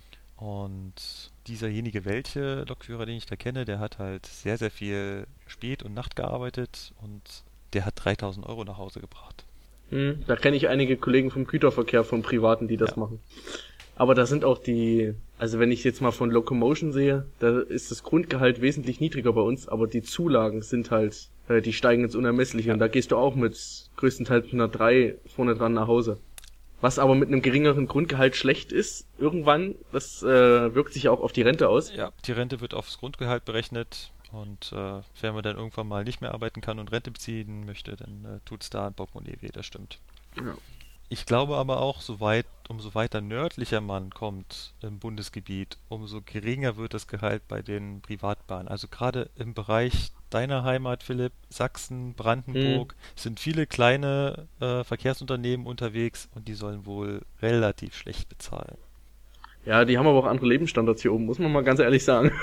Und dieserjenige welche Lokführer, den ich da kenne, der hat halt sehr, sehr viel Spät- und Nacht gearbeitet und der hat dreitausend Euro nach Hause gebracht. Hm, da kenne ich einige Kollegen vom Güterverkehr, vom Privaten, die das ja. machen. Aber da sind auch die, also wenn ich jetzt mal von Locomotion sehe, da ist das Grundgehalt wesentlich niedriger bei uns, aber die Zulagen sind halt, äh, die steigen ins Unermessliche ja. und da gehst du auch mit größtenteils hundertdrei vorne dran nach Hause. Was aber mit einem geringeren Grundgehalt schlecht ist, irgendwann, das äh, wirkt sich auch auf die Rente aus. Ja, die Rente wird aufs Grundgehalt berechnet und äh, wenn man dann irgendwann mal nicht mehr arbeiten kann und Rente beziehen möchte, dann äh, tut's da ein Portemonnaie weh, das stimmt. Ja. Ich glaube aber auch, so weit, umso weiter nördlicher man kommt im Bundesgebiet, umso geringer wird das Gehalt bei den Privatbahnen. Also gerade im Bereich deiner Heimat, Philipp, Sachsen, Brandenburg, hm. sind viele kleine äh, Verkehrsunternehmen unterwegs und die sollen wohl relativ schlecht bezahlen. Ja, die haben aber auch andere Lebensstandards hier oben, muss man mal ganz ehrlich sagen.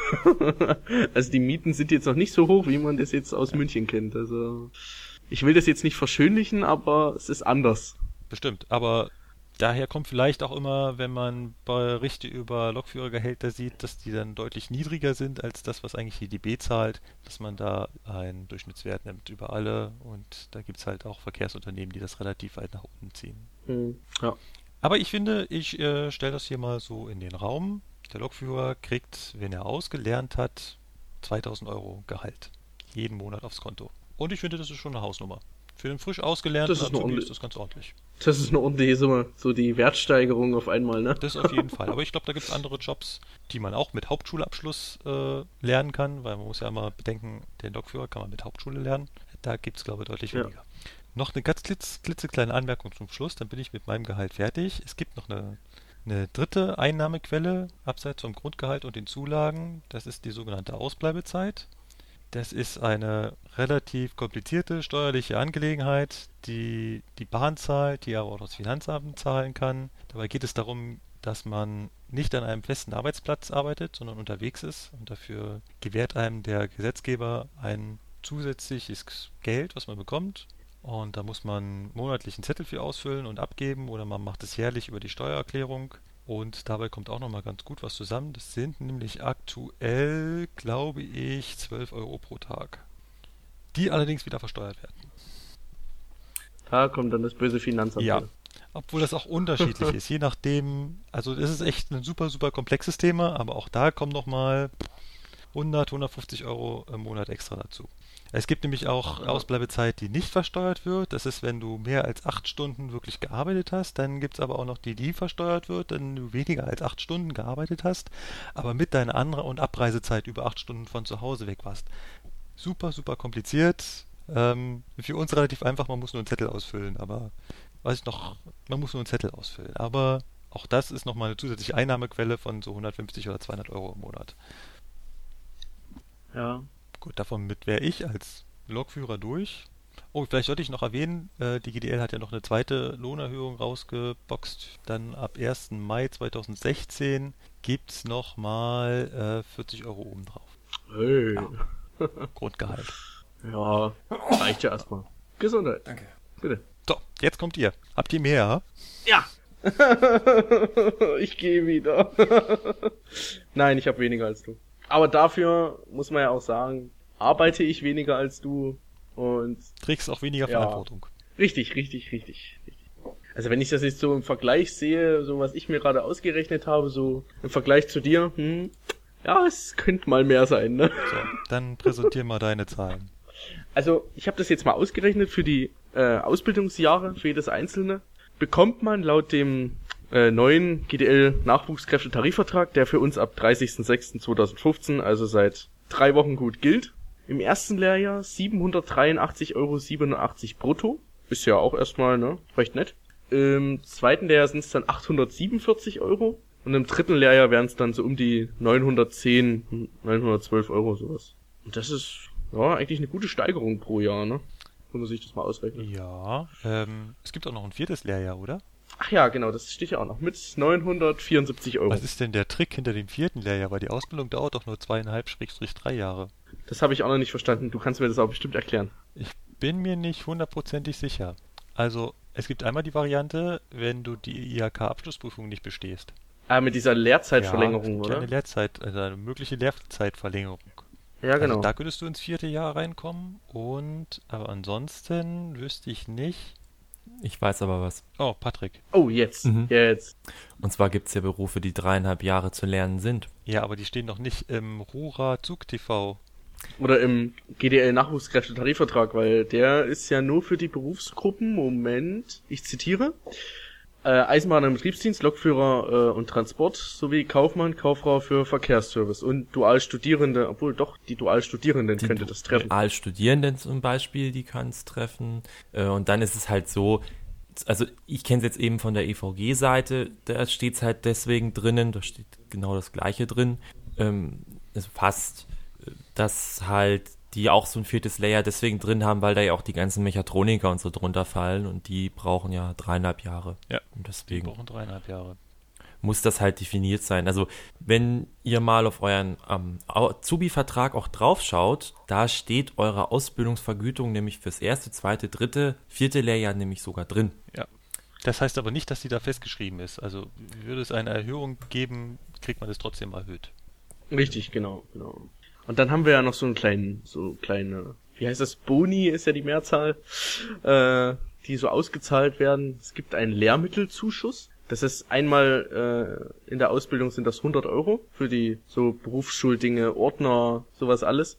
Also die Mieten sind jetzt noch nicht so hoch, wie man das jetzt aus ja. München kennt. Also ich will das jetzt nicht verschönlichen, aber es ist anders. Bestimmt, aber daher kommt vielleicht auch immer, wenn man Berichte über Lokführergehälter sieht, dass die dann deutlich niedriger sind als das, was eigentlich die D B zahlt, dass man da einen Durchschnittswert nimmt über alle und da gibt es halt auch Verkehrsunternehmen, die das relativ weit nach unten ziehen. Mhm. Ja. Aber ich finde, ich äh, stelle das hier mal so in den Raum. Der Lokführer kriegt, wenn er ausgelernt hat, zweitausend Euro Gehalt. Jeden Monat aufs Konto. Und ich finde, das ist schon eine Hausnummer. Für den frisch ausgelernten das ist, Azubi ordentlich- ist das ganz ordentlich. Das ist eine ordentliche Summe, so die Wertsteigerung auf einmal, ne? Das auf jeden Fall. Aber ich glaube, da gibt es andere Jobs, die man auch mit Hauptschulabschluss äh, lernen kann, weil man muss ja immer bedenken, den Lokführer kann man mit Hauptschule lernen. Da gibt es, glaube ich, deutlich weniger. Ja. Noch eine ganz klitz, klitzekleine Anmerkung zum Schluss, dann bin ich mit meinem Gehalt fertig. Es gibt noch eine, eine dritte Einnahmequelle, abseits vom Grundgehalt und den Zulagen. Das ist die sogenannte Ausbleibezeit. Das ist eine relativ komplizierte steuerliche Angelegenheit, die die Bahn zahlt, die aber auch das Finanzamt zahlen kann. Dabei geht es darum, dass man nicht an einem festen Arbeitsplatz arbeitet, sondern unterwegs ist. Und dafür gewährt einem der Gesetzgeber ein zusätzliches Geld, was man bekommt. Und da muss man monatlich einen Zettel für ausfüllen und abgeben oder man macht es jährlich über die Steuererklärung. Und dabei kommt auch nochmal ganz gut was zusammen. Das sind nämlich aktuell, glaube ich, zwölf Euro pro Tag. Die allerdings wieder versteuert werden. Da kommt dann das böse Finanzamt. Ja, obwohl das auch unterschiedlich ist. Je nachdem, also das ist echt ein super, super komplexes Thema, aber auch da kommen nochmal hundert, hundertfünfzig Euro im Monat extra dazu. Es gibt nämlich auch Ausbleibezeit, die nicht versteuert wird. Das ist, wenn du mehr als acht Stunden wirklich gearbeitet hast. Dann gibt es aber auch noch die, die versteuert wird, wenn du weniger als acht Stunden gearbeitet hast, aber mit deiner Anre- und Abreisezeit über acht Stunden von zu Hause weg warst. Super, super kompliziert. Ähm, für uns relativ einfach, man muss nur einen Zettel ausfüllen. Aber, weiß ich noch, man muss nur einen Zettel ausfüllen. Aber auch das ist nochmal eine zusätzliche Einnahmequelle von so hundertfünfzig oder zweihundert Euro im Monat. Ja. Gut, davon mit wäre ich als Lokführer durch. Oh, vielleicht sollte ich noch erwähnen, äh, die G D L hat ja noch eine zweite Lohnerhöhung rausgeboxt. Dann ab ersten Mai zweitausendsechzehn gibt es nochmal äh, vierzig Euro obendrauf. Hey. Ja. Grundgehalt. Ja, reicht ja erstmal. Gesundheit. Danke. Bitte. So, jetzt kommt ihr. Habt ihr mehr? Ja. Ich gehe wieder. Nein, ich habe weniger als du. Aber dafür muss man ja auch sagen, arbeite ich weniger als du und trägst auch weniger ja, Verantwortung. Richtig, richtig, richtig, richtig. Also wenn ich das jetzt so im Vergleich sehe, so was ich mir gerade ausgerechnet habe, so im Vergleich zu dir, hm, ja, es könnte mal mehr sein, ne? So, dann präsentier mal deine Zahlen. Also ich habe das jetzt mal ausgerechnet für die äh, Ausbildungsjahre, für jedes einzelne. Bekommt man laut dem äh, neuen G D L-Nachwuchskräfte-Tarifvertrag, der für uns ab dreißigster sechster zweitausendfünfzehn, also seit drei Wochen gut gilt, im ersten Lehrjahr siebenhundertdreiundachtzig Euro siebenundachtzig brutto. Ist ja auch erstmal, ne, recht nett. Im zweiten Lehrjahr sind es dann achthundertsiebenundvierzig Euro. Und im dritten Lehrjahr wären es dann so um die neunhundertzehn, neunhundertzwölf Euro sowas. Und das ist, ja, eigentlich eine gute Steigerung pro Jahr, ne? Wenn man sich das mal ausrechnet. Ja, ähm, es gibt auch noch ein viertes Lehrjahr, oder? Ach ja, genau, das steht ja auch noch mit neunhundertvierundsiebzig Euro. Was ist denn der Trick hinter dem vierten Lehrjahr? Weil die Ausbildung dauert doch nur zweieinhalb, Schrägstrich drei Jahre. Das habe ich auch noch nicht verstanden. Du kannst mir das auch bestimmt erklären. Ich bin mir nicht hundertprozentig sicher. Also, es gibt einmal die Variante, wenn du die I H K-Abschlussprüfung nicht bestehst. Ah, mit dieser Lehrzeitverlängerung, ja, es gibt oder? Ja, eine Lehrzeit, also eine mögliche Lehrzeitverlängerung. Ja, genau. Also da könntest du ins vierte Jahr reinkommen und, aber ansonsten wüsste ich nicht. Ich weiß aber was. Oh, Patrick. Oh, jetzt, Mhm. jetzt. Und zwar gibt es ja Berufe, die dreieinhalb Jahre zu lernen sind. Ja, aber die stehen noch nicht im Rura Zug T V. Oder im G D L-Nachwuchskräfte-Tarifvertrag, weil der ist ja nur für die Berufsgruppen, Moment, ich zitiere, äh, Eisenbahner im Betriebsdienst, Lokführer äh, und Transport sowie Kaufmann, Kauffrau für Verkehrsservice und Dualstudierende, obwohl doch die Dualstudierenden könnte das treffen. Dualstudierenden zum Beispiel, die kann es treffen. Äh, und dann ist es halt so, also ich kenne es jetzt eben von der E V G-Seite, da steht es halt deswegen drinnen, da steht genau das Gleiche drin, ähm, also fast, dass halt die auch so ein viertes Layer deswegen drin haben, weil da ja auch die ganzen Mechatroniker und so drunter fallen und die brauchen ja dreieinhalb Jahre. Ja, und die deswegen brauchen dreieinhalb Jahre. muss das halt definiert sein. Also wenn ihr mal auf euren ähm, Azubi-Vertrag auch drauf schaut, da steht eure Ausbildungsvergütung nämlich fürs erste, zweite, dritte, vierte Lehrjahr nämlich sogar drin. Ja. Das heißt aber nicht, dass die da festgeschrieben ist. Also würde es eine Erhöhung geben, kriegt man das trotzdem erhöht. Richtig, genau, genau. Und dann haben wir ja noch so einen kleinen, so kleine, wie heißt das, Boni ist ja die Mehrzahl, äh, die so ausgezahlt werden. Es gibt einen Lehrmittelzuschuss. Das ist einmal äh, in der Ausbildung sind das hundert Euro für die so Berufsschuldinge, Ordner, sowas alles.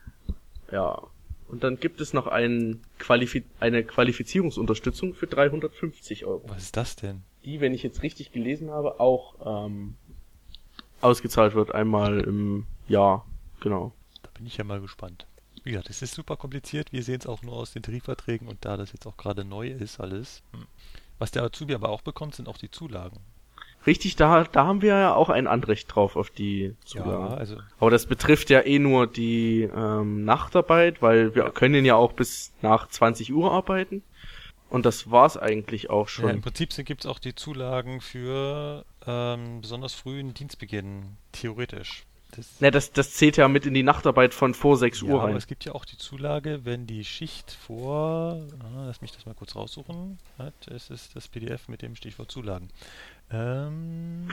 Ja. Und dann gibt es noch ein Qualifi- eine Qualifizierungsunterstützung für dreihundertfünfzig Euro. Was ist das denn? Die, wenn ich jetzt richtig gelesen habe, auch ähm, ausgezahlt wird, einmal im Jahr. Genau. Da bin ich ja mal gespannt. Ja, das ist super kompliziert. Wir sehen es auch nur aus den Tarifverträgen und da das jetzt auch gerade neu ist alles. Hm. Was der Azubi aber auch bekommt, sind auch die Zulagen. Richtig, da, da haben wir ja auch ein Anrecht drauf auf die Zulagen. Ja, also Aber das betrifft ja eh nur die ähm, Nachtarbeit, weil wir können ja auch bis nach zwanzig Uhr arbeiten. Und das war's eigentlich auch schon. ja, im Prinzip gibt es auch die Zulagen für ähm, besonders frühen Dienstbeginn, theoretisch. Das, Ne, das, das zählt ja mit in die Nachtarbeit von vor sechs ja, Uhr aber rein. es gibt ja auch die Zulage, wenn die Schicht vor, ah, lass mich das mal kurz raussuchen, hat, es ist das P D F mit dem Stichwort Zulagen. Ähm,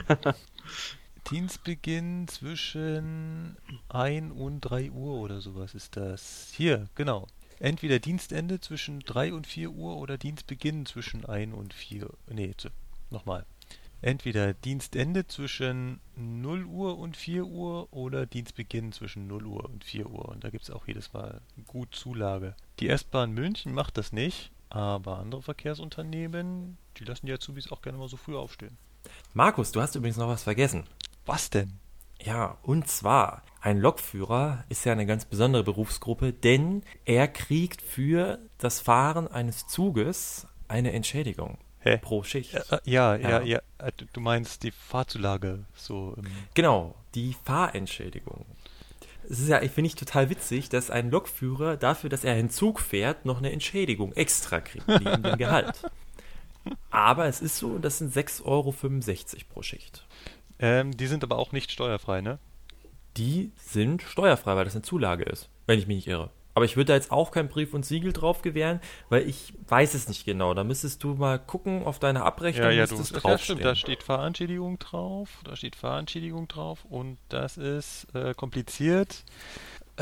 Dienstbeginn zwischen ein und drei Uhr oder sowas ist das. Hier, genau. Entweder Dienstende zwischen drei und vier Uhr oder Dienstbeginn zwischen ein und vier. Nee, zu, nochmal. Entweder Dienstende zwischen null Uhr und vier Uhr oder Dienstbeginn zwischen null Uhr und vier Uhr. Und da gibt es auch jedes Mal gut Zulage. Die S-Bahn München macht das nicht, aber andere Verkehrsunternehmen, die lassen die Azubis auch gerne mal so früh aufstehen. Markus, du hast übrigens noch was vergessen. Was denn? Ja, und zwar, ein Lokführer ist ja eine ganz besondere Berufsgruppe, denn er kriegt für das Fahren eines Zuges eine Entschädigung. Hä? Pro Schicht. Äh, ja, ja, Ja. ja, ja. Du meinst die Fahrzulage so. Ähm, Genau, die Fahrentschädigung. Es ist ja, ich finde ich total witzig, dass ein Lokführer dafür, dass er einen Zug fährt, noch eine Entschädigung extra kriegt, neben dem Gehalt. Aber es ist so, das sind sechs Euro fünfundsechzig pro Schicht. ähm, die sind aber auch nicht steuerfrei, ne? Die sind steuerfrei, weil das eine Zulage ist, wenn ich mich nicht irre. Aber ich würde da jetzt auch keinen Brief und Siegel drauf gewähren, weil ich weiß es nicht genau. Da müsstest du mal gucken auf deine Abrechnung, Ja, ja, du, müsste es ja, stimmt, draufstehen. da steht Fahrentschädigung drauf, da steht Fahrentschädigung drauf und das ist äh, kompliziert,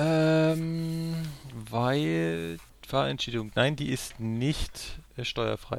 ähm, weil Fahrentschädigung, nein, die ist nicht äh, steuerfrei.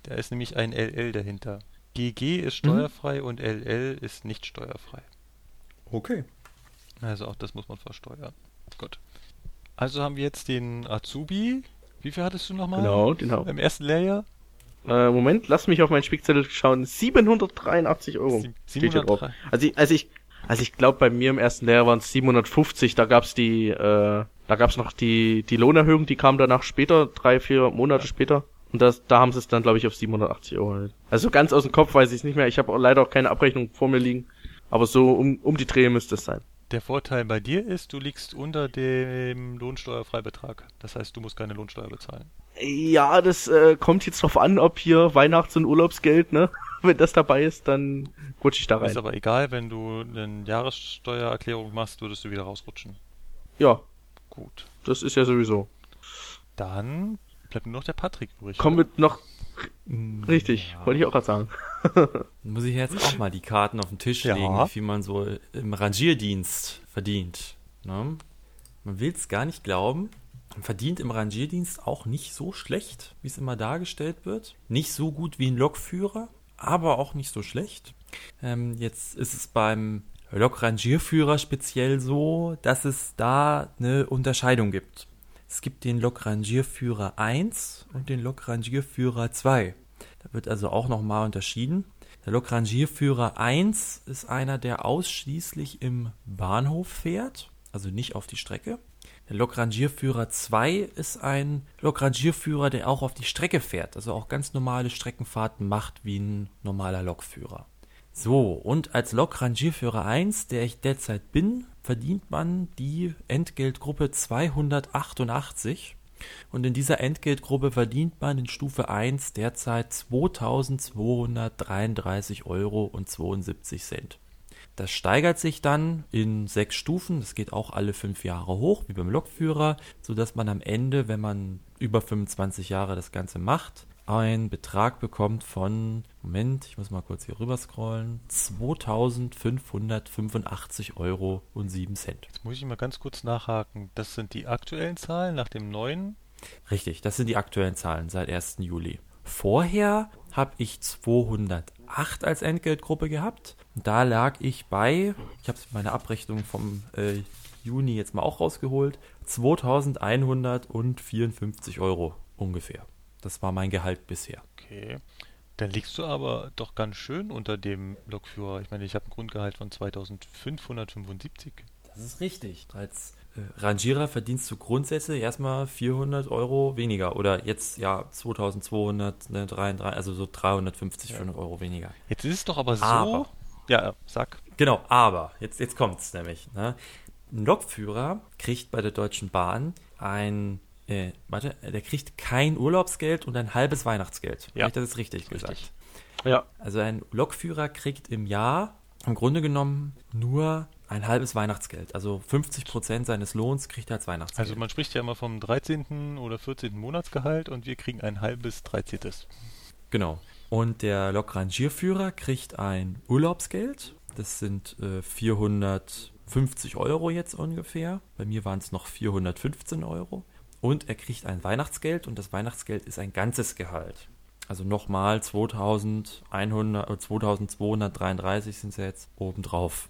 Da ist nämlich ein L L dahinter. G G ist steuerfrei mhm. und L L ist nicht steuerfrei. Okay. Also auch das muss man versteuern. Gut. Also haben wir jetzt den Azubi. Wie viel hattest du nochmal? Genau, den haben wir. Im ersten Lehrjahr? Äh, Moment, lass mich auf meinen Spickzettel schauen. siebenhundertdreiundachtzig Euro. Sie- steht hier drauf. siebenhundertdrei. Also ich, also ich, also ich glaube bei mir im ersten Lehrjahr waren es siebenhundertfünfzig. Da gab's die, äh, da gab's noch die die Lohnerhöhung, die kam danach später, drei, vier Monate später. Und das, da haben sie es dann, glaube ich, auf siebenhundertachtzig Euro erhöht. Also ganz aus dem Kopf weiß ich es nicht mehr. Ich habe auch leider auch keine Abrechnung vor mir liegen. Aber so um um die Dreh müsste es sein. Der Vorteil bei dir ist, du liegst unter dem Lohnsteuerfreibetrag. Das heißt, du musst keine Lohnsteuer bezahlen. Ja, das äh, kommt jetzt drauf an, ob hier Weihnachts- und Urlaubsgeld, ne? Wenn das dabei ist, dann rutsche ich da rein. Ist aber egal, wenn du eine Jahressteuererklärung machst, würdest du wieder rausrutschen. Ja, Gut. das ist ja sowieso. Dann bleibt nur noch der Patrick übrig. Kommen wir noch... Mm, Richtig, ja. wollte ich auch gerade sagen. Dann muss ich jetzt auch mal die Karten auf den Tisch Ja. legen, wie viel man so im Rangierdienst verdient. Ne? Man will es gar nicht glauben. Man verdient im Rangierdienst auch nicht so schlecht, wie es immer dargestellt wird. Nicht so gut wie ein Lokführer, aber auch nicht so schlecht. Ähm, jetzt ist es beim Lokrangierführer speziell so, dass es da eine Unterscheidung gibt. Es gibt den Lokrangierführer eins und den Lokrangierführer zwei. Da wird also auch nochmal unterschieden. Der Lokrangierführer eins ist einer, der ausschließlich im Bahnhof fährt, also nicht auf die Strecke. Der Lokrangierführer zwei ist ein Lokrangierführer, der auch auf die Strecke fährt, also auch ganz normale Streckenfahrten macht wie ein normaler Lokführer. So, und als Lokrangierführer eins, der ich derzeit bin, verdient man die Entgeltgruppe zweihundertachtundachtzig. Und in dieser Entgeltgruppe verdient man in Stufe eins derzeit zweitausendzweihundertdreiunddreißig Euro und zweiundsiebzig Cent. Das steigert sich dann in sechs Stufen, das geht auch alle fünf Jahre hoch, wie beim Lokführer, sodass man am Ende, wenn man über fünfundzwanzig Jahre das Ganze macht, einen Betrag bekommt von, Moment, ich muss mal kurz hier rüber scrollen, zweitausendfünfhundertfünfundachtzig Euro und sieben Cent. Jetzt muss ich mal ganz kurz nachhaken. Das sind die aktuellen Zahlen nach dem neuen? Richtig, das sind die aktuellen Zahlen seit ersten Juli. Vorher habe ich zweihundertacht als Entgeltgruppe gehabt. Und da lag ich bei, ich habe meine Abrechnung vom äh, Juni jetzt mal auch rausgeholt, zweitausendeinhundertvierundfünfzig Euro ungefähr. Das war mein Gehalt bisher. Okay. Dann liegst du aber doch ganz schön unter dem Lokführer. Ich meine, ich habe ein Grundgehalt von zweitausendfünfhundertfünfundsiebzig. Das ist richtig. Als äh, Rangierer verdienst du grundsätzlich erstmal vierhundert Euro weniger. Oder jetzt ja zweitausendzweihundertdreiunddreißig, also so dreihundertfünfzig, Ja. vierhundert Euro weniger. Jetzt ist es doch aber so... Aber. Ja, sag. Genau, aber, jetzt, jetzt kommt es nämlich. Ne? Ein Lokführer kriegt bei der Deutschen Bahn ein, äh, warte, der kriegt kein Urlaubsgeld und ein halbes Weihnachtsgeld. Ja. Habe ich das jetzt richtig, Richtig. gesagt? Ja. Also ein Lokführer kriegt im Jahr im Grunde genommen nur ein halbes Weihnachtsgeld. Also fünfzig Prozent seines Lohns kriegt er als Weihnachtsgeld. Also man spricht ja immer vom dreizehnten oder vierzehnten Monatsgehalt und wir kriegen ein halbes dreizehntes. Genau. Und der Lokrangierführer kriegt ein Urlaubsgeld. Das sind äh, vierhundertfünfzig Euro jetzt ungefähr. Bei mir waren es noch vierhundertfünfzehn Euro. Und er kriegt ein Weihnachtsgeld und das Weihnachtsgeld ist ein ganzes Gehalt. Also nochmal zweitausendeinhundert, äh, zweitausendzweihundertdreiunddreißig sind es ja jetzt obendrauf.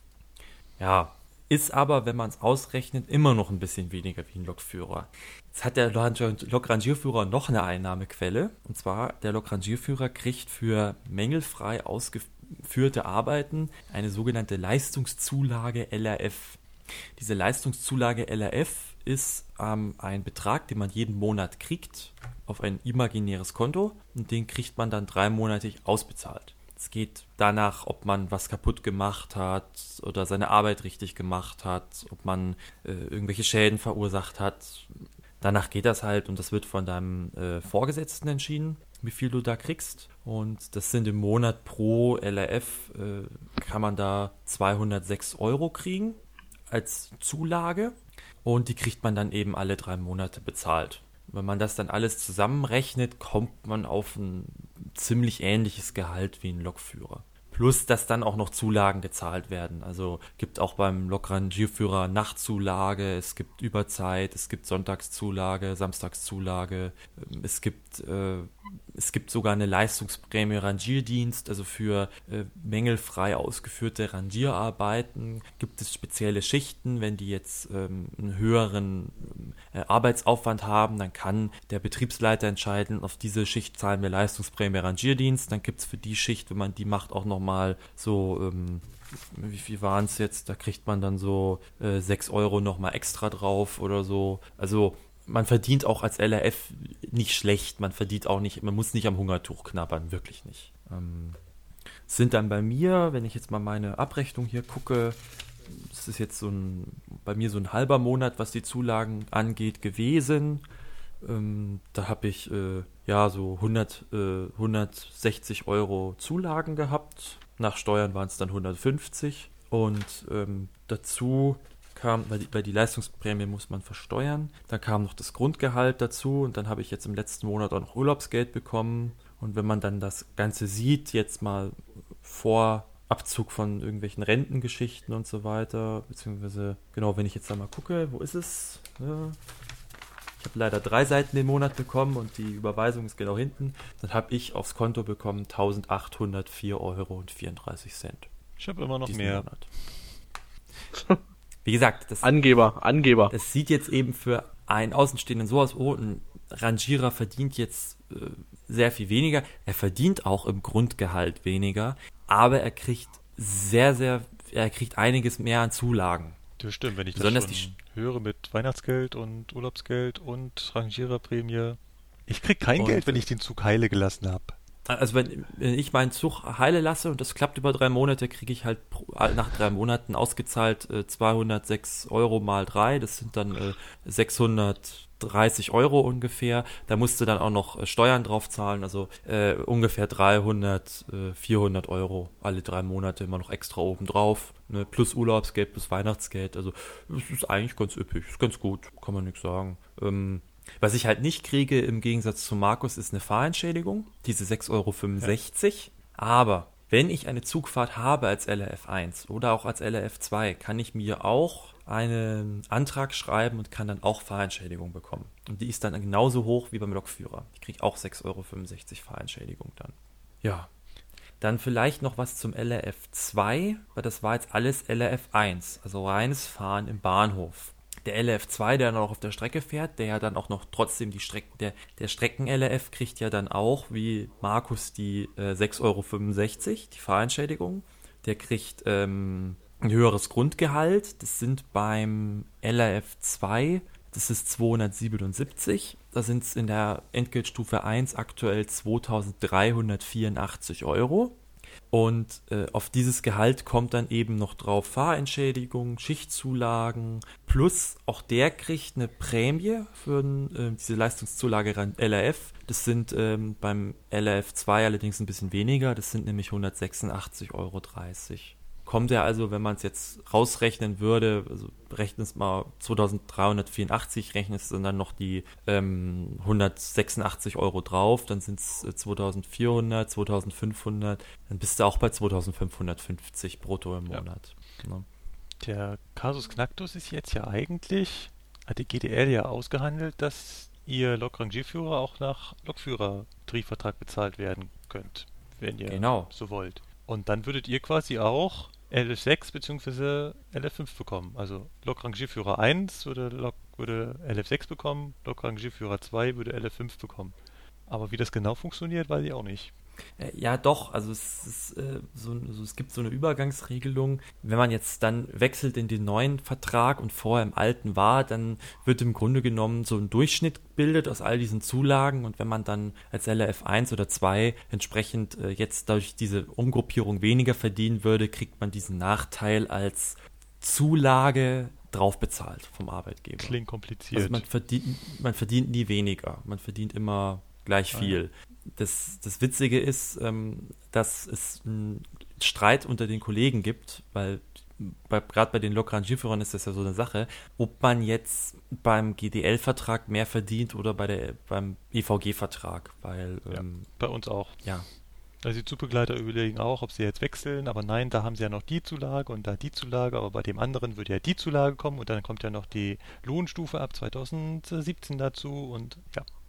Ja, ist aber, wenn man es ausrechnet, immer noch ein bisschen weniger wie ein Lokführer. Jetzt hat der Lokrangierführer noch eine Einnahmequelle. Und zwar, der Lokrangierführer kriegt für mängelfrei ausgeführte Arbeiten eine sogenannte Leistungszulage L R F. Diese Leistungszulage L R F ist ähm, ein Betrag, den man jeden Monat kriegt auf ein imaginäres Konto. Und den kriegt man dann dreimonatig ausbezahlt. Es geht danach, ob man was kaputt gemacht hat oder seine Arbeit richtig gemacht hat, ob man äh, irgendwelche Schäden verursacht hat. Danach geht das halt und das wird von deinem äh, Vorgesetzten entschieden, wie viel du da kriegst. Und das sind im Monat pro L R F, äh, kann man da zweihundertsechs Euro kriegen als Zulage und die kriegt man dann eben alle drei Monate bezahlt. Wenn man das dann alles zusammenrechnet, kommt man auf ein ziemlich ähnliches Gehalt wie ein Lokführer. Plus, dass dann auch noch Zulagen gezahlt werden. Also gibt auch beim Lokrangierführer Nachtzulage, es gibt Überzeit, es gibt Sonntagszulage, Samstagszulage, es gibt äh, es gibt sogar eine Leistungsprämie Rangierdienst, also für äh, mängelfrei ausgeführte Rangierarbeiten gibt es spezielle Schichten. Wenn die jetzt ähm, einen höheren äh, Arbeitsaufwand haben, dann kann der Betriebsleiter entscheiden, auf diese Schicht zahlen wir Leistungsprämie Rangierdienst. Dann gibt es für die Schicht, wenn man die macht, auch nochmal so, ähm, wie viel waren es jetzt? Da kriegt man dann so äh, sechs Euro nochmal extra drauf oder so. Also man verdient auch als L R F nicht schlecht, man verdient auch nicht, man muss nicht am Hungertuch knabbern, wirklich nicht. Ähm, sind dann bei mir, wenn ich jetzt mal meine Abrechnung hier gucke, das ist jetzt so ein, bei mir so ein halber Monat, was die Zulagen angeht, gewesen. Ähm, da habe ich äh, ja so hundert, äh, hundertsechzig Euro Zulagen gehabt. Nach Steuern waren es dann hundertfünfzig und ähm, dazu kam, weil die, weil die Leistungsprämie muss man versteuern, dann kam noch das Grundgehalt dazu und dann habe ich jetzt im letzten Monat auch noch Urlaubsgeld bekommen und wenn man dann das Ganze sieht, jetzt mal vor Abzug von irgendwelchen Rentengeschichten und so weiter, beziehungsweise, genau, wenn ich jetzt da mal gucke, wo ist es? Ja. Ich habe leider drei Seiten den Monat bekommen und die Überweisung ist genau hinten, dann habe ich aufs Konto bekommen eintausendachthundertvier Euro und vierunddreißig Cent. Ich habe immer noch mehr. Monat. Wie gesagt, das, Angeber, Angeber. Das sieht jetzt eben für einen Außenstehenden so aus, oh, ein Rangierer verdient jetzt äh, sehr viel weniger. Er verdient auch im Grundgehalt weniger, aber er kriegt sehr, sehr, er kriegt einiges mehr an Zulagen. Das stimmt, wenn ich das Besonders schon die, höre mit Weihnachtsgeld und Urlaubsgeld und Rangiererprämie. Ich krieg kein und, Geld, wenn ich den Zug heile gelassen habe. Also wenn, wenn ich meinen Zug heile lasse und das klappt über drei Monate, kriege ich halt pro, nach drei Monaten ausgezahlt äh, zweihundertsechs Euro mal drei. Das sind dann äh, sechshundertdreißig Euro ungefähr. Da musst du dann auch noch äh, Steuern drauf zahlen, also äh, ungefähr dreihundert, äh, vierhundert Euro alle drei Monate immer noch extra oben drauf. Ne? Plus Urlaubsgeld, plus Weihnachtsgeld. Also es ist eigentlich ganz üppig, ist ganz gut, kann man nichts sagen. Ähm, Was ich halt nicht kriege, im Gegensatz zu Markus, ist eine Fahrentschädigung, diese sechs Euro fünfundsechzig. Ja. Aber wenn ich eine Zugfahrt habe als L R F eins oder auch als L R F zwei, kann ich mir auch einen Antrag schreiben und kann dann auch Fahrentschädigung bekommen. Und die ist dann genauso hoch wie beim Lokführer. Ich kriege auch sechs Euro fünfundsechzig Fahrentschädigung dann. Ja. Dann vielleicht noch was zum L R F zwei, weil das war jetzt alles L R F eins, also reines Fahren im Bahnhof. Der L R F zwei, der dann auch auf der Strecke fährt, der ja dann auch noch trotzdem die Strecken, der, der Strecken-L R F kriegt ja dann auch, wie Markus, die äh, sechs Euro fünfundsechzig, die Fahrentschädigung. Der kriegt ähm, ein höheres Grundgehalt. Das sind beim L R F zwei, das ist zweihundertsiebenundsiebzig. Da sind es in der Entgeltstufe eins aktuell zweitausenddreihundertvierundachtzig Euro. Und äh, auf dieses Gehalt kommt dann eben noch drauf Fahrentschädigung, Schichtzulagen, plus auch der kriegt eine Prämie für äh, diese Leistungszulage L R F. Das sind ähm, beim L R F zwei allerdings ein bisschen weniger, das sind nämlich hundertsechsundachtzig Euro dreißig. Kommt er also, wenn man es jetzt rausrechnen würde, also rechnen es mal zweitausenddreihundertvierundachtzig, rechnest du dann noch die ähm, hundertsechsundachtzig Euro drauf, dann sind es äh, zweitausendvierhundert, zweitausendfünfhundert, dann bist du auch bei zweitausendfünfhundertfünfzig brutto im Monat. Ja. Ja. Der Kasus Knacktus ist jetzt ja eigentlich, hat die G D L ja ausgehandelt, dass ihr Lokrangierführer auch nach Lokführer-Tarifvertrag bezahlt werden könnt, wenn ihr genau. so wollt. Und dann würdet ihr quasi auch L F sechs bzw. L F fünf bekommen. Also Lokrangierführer eins würde, Lok, würde L F sechs bekommen, Lokrangierführer zwei würde L F fünf bekommen. Aber wie das genau funktioniert, weiß ich auch nicht. Ja, doch, also es, ist, äh, so, also es gibt so eine Übergangsregelung. Wenn man jetzt dann wechselt in den neuen Vertrag und vorher im alten war, dann wird im Grunde genommen so ein Durchschnitt gebildet aus all diesen Zulagen und wenn man dann als L R F eins oder zwei entsprechend äh, jetzt durch diese Umgruppierung weniger verdienen würde, kriegt man diesen Nachteil als Zulage drauf bezahlt vom Arbeitgeber. Klingt kompliziert. Also man verdient, man verdient nie weniger, man verdient immer gleich viel. Das, das Witzige ist, ähm, dass es einen Streit unter den Kollegen gibt, weil bei, gerade bei den Lokrangierführern ist das ja so eine Sache, ob man jetzt beim G D L-Vertrag mehr verdient oder bei der, beim E V G-Vertrag, weil ja, ähm, bei uns auch. Ja. Also die Zugbegleiter überlegen auch, ob sie jetzt wechseln, aber nein, da haben sie ja noch die Zulage und da die Zulage, aber bei dem anderen würde ja die Zulage kommen und dann kommt ja noch die Lohnstufe ab zweitausendsiebzehn dazu und ja.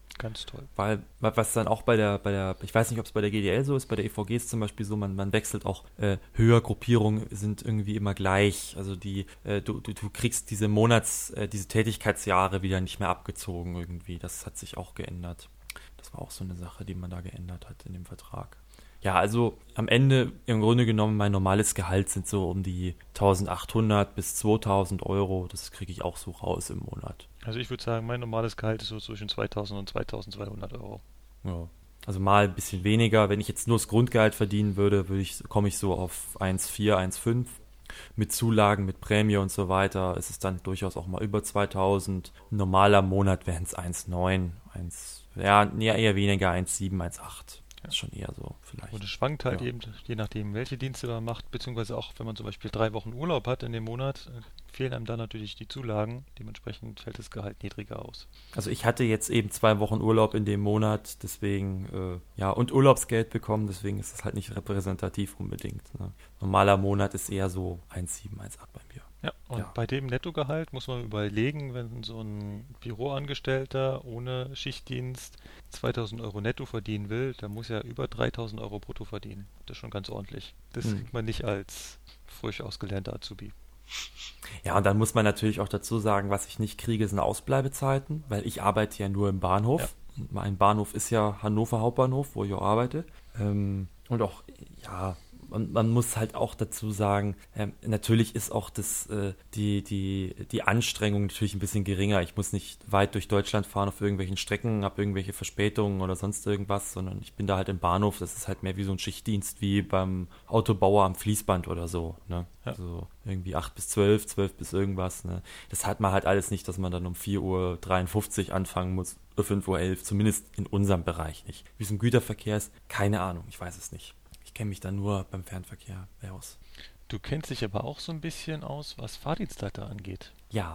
Ganz toll. Weil, was dann auch bei der, bei der, ich weiß nicht, ob es bei der G D L so ist, bei der E V G ist zum Beispiel so, man, man wechselt auch, äh, Höhergruppierungen sind irgendwie immer gleich. Also die, äh, du, du, du kriegst diese Monats, äh, diese Tätigkeitsjahre wieder nicht mehr abgezogen irgendwie. Das hat sich auch geändert. Das war auch so eine Sache, die man da geändert hat in dem Vertrag. Ja, also am Ende im Grunde genommen mein normales Gehalt sind so um die eintausendachthundert bis zweitausend Euro. Das kriege ich auch so raus im Monat. Also ich würde sagen, mein normales Gehalt ist so zwischen zweitausend und zweitausendzweihundert Euro. Ja, also mal ein bisschen weniger. Wenn ich jetzt nur das Grundgehalt verdienen würde, würde ich, komme ich so auf eins Komma vier, eins Komma fünf. Mit Zulagen, mit Prämie und so weiter ist es dann durchaus auch mal über zweitausend. Ein normaler Monat wären es eins Komma neun, eins, ja, eher weniger, eins Komma sieben, eins Komma acht. Das ist schon eher so vielleicht. Und es schwankt halt Ja. eben, je nachdem, welche Dienste man macht, beziehungsweise auch, wenn man zum Beispiel drei Wochen Urlaub hat in dem Monat, äh, fehlen einem dann natürlich die Zulagen. Dementsprechend fällt das Gehalt niedriger aus. Also ich hatte jetzt eben zwei Wochen Urlaub in dem Monat, deswegen, äh, ja, und Urlaubsgeld bekommen, deswegen ist es halt nicht repräsentativ unbedingt. Ne? Normaler Monat ist eher so eins Komma sieben, eins Komma acht bei mir. Ja, und Ja. bei dem Nettogehalt muss man überlegen, wenn so ein Büroangestellter ohne Schichtdienst zweitausend Euro netto verdienen will, dann muss er über dreitausend Euro brutto verdienen. Das ist schon ganz ordentlich. Das Hm. kriegt man nicht als frisch ausgelernter Azubi. Ja, und dann muss man natürlich auch dazu sagen, was ich nicht kriege, sind Ausbleibezeiten, weil ich arbeite ja nur im Bahnhof. Ja. Mein Bahnhof ist ja Hannover Hauptbahnhof, wo ich auch arbeite. Ähm, und auch, ja, man, man muss halt auch dazu sagen, ähm, natürlich ist auch das, äh, die, die, die Anstrengung natürlich ein bisschen geringer. Ich muss nicht weit durch Deutschland fahren auf irgendwelchen Strecken, habe irgendwelche Verspätungen oder sonst irgendwas, sondern ich bin da halt im Bahnhof. Das ist halt mehr wie so ein Schichtdienst wie beim Autobauer am Fließband oder so. Ne? Ja. Also irgendwie acht bis zwölf, zwölf bis irgendwas. Ne? Das hat man halt alles nicht, dass man dann um vier Uhr dreiundfünfzig anfangen muss, fünf Uhr elf, zumindest in unserem Bereich nicht. Wie es im Güterverkehr ist, keine Ahnung, ich weiß es nicht. Ich kenne mich da nur beim Fernverkehr aus. Du kennst dich aber auch so ein bisschen aus, was Fahrdienstleiter angeht.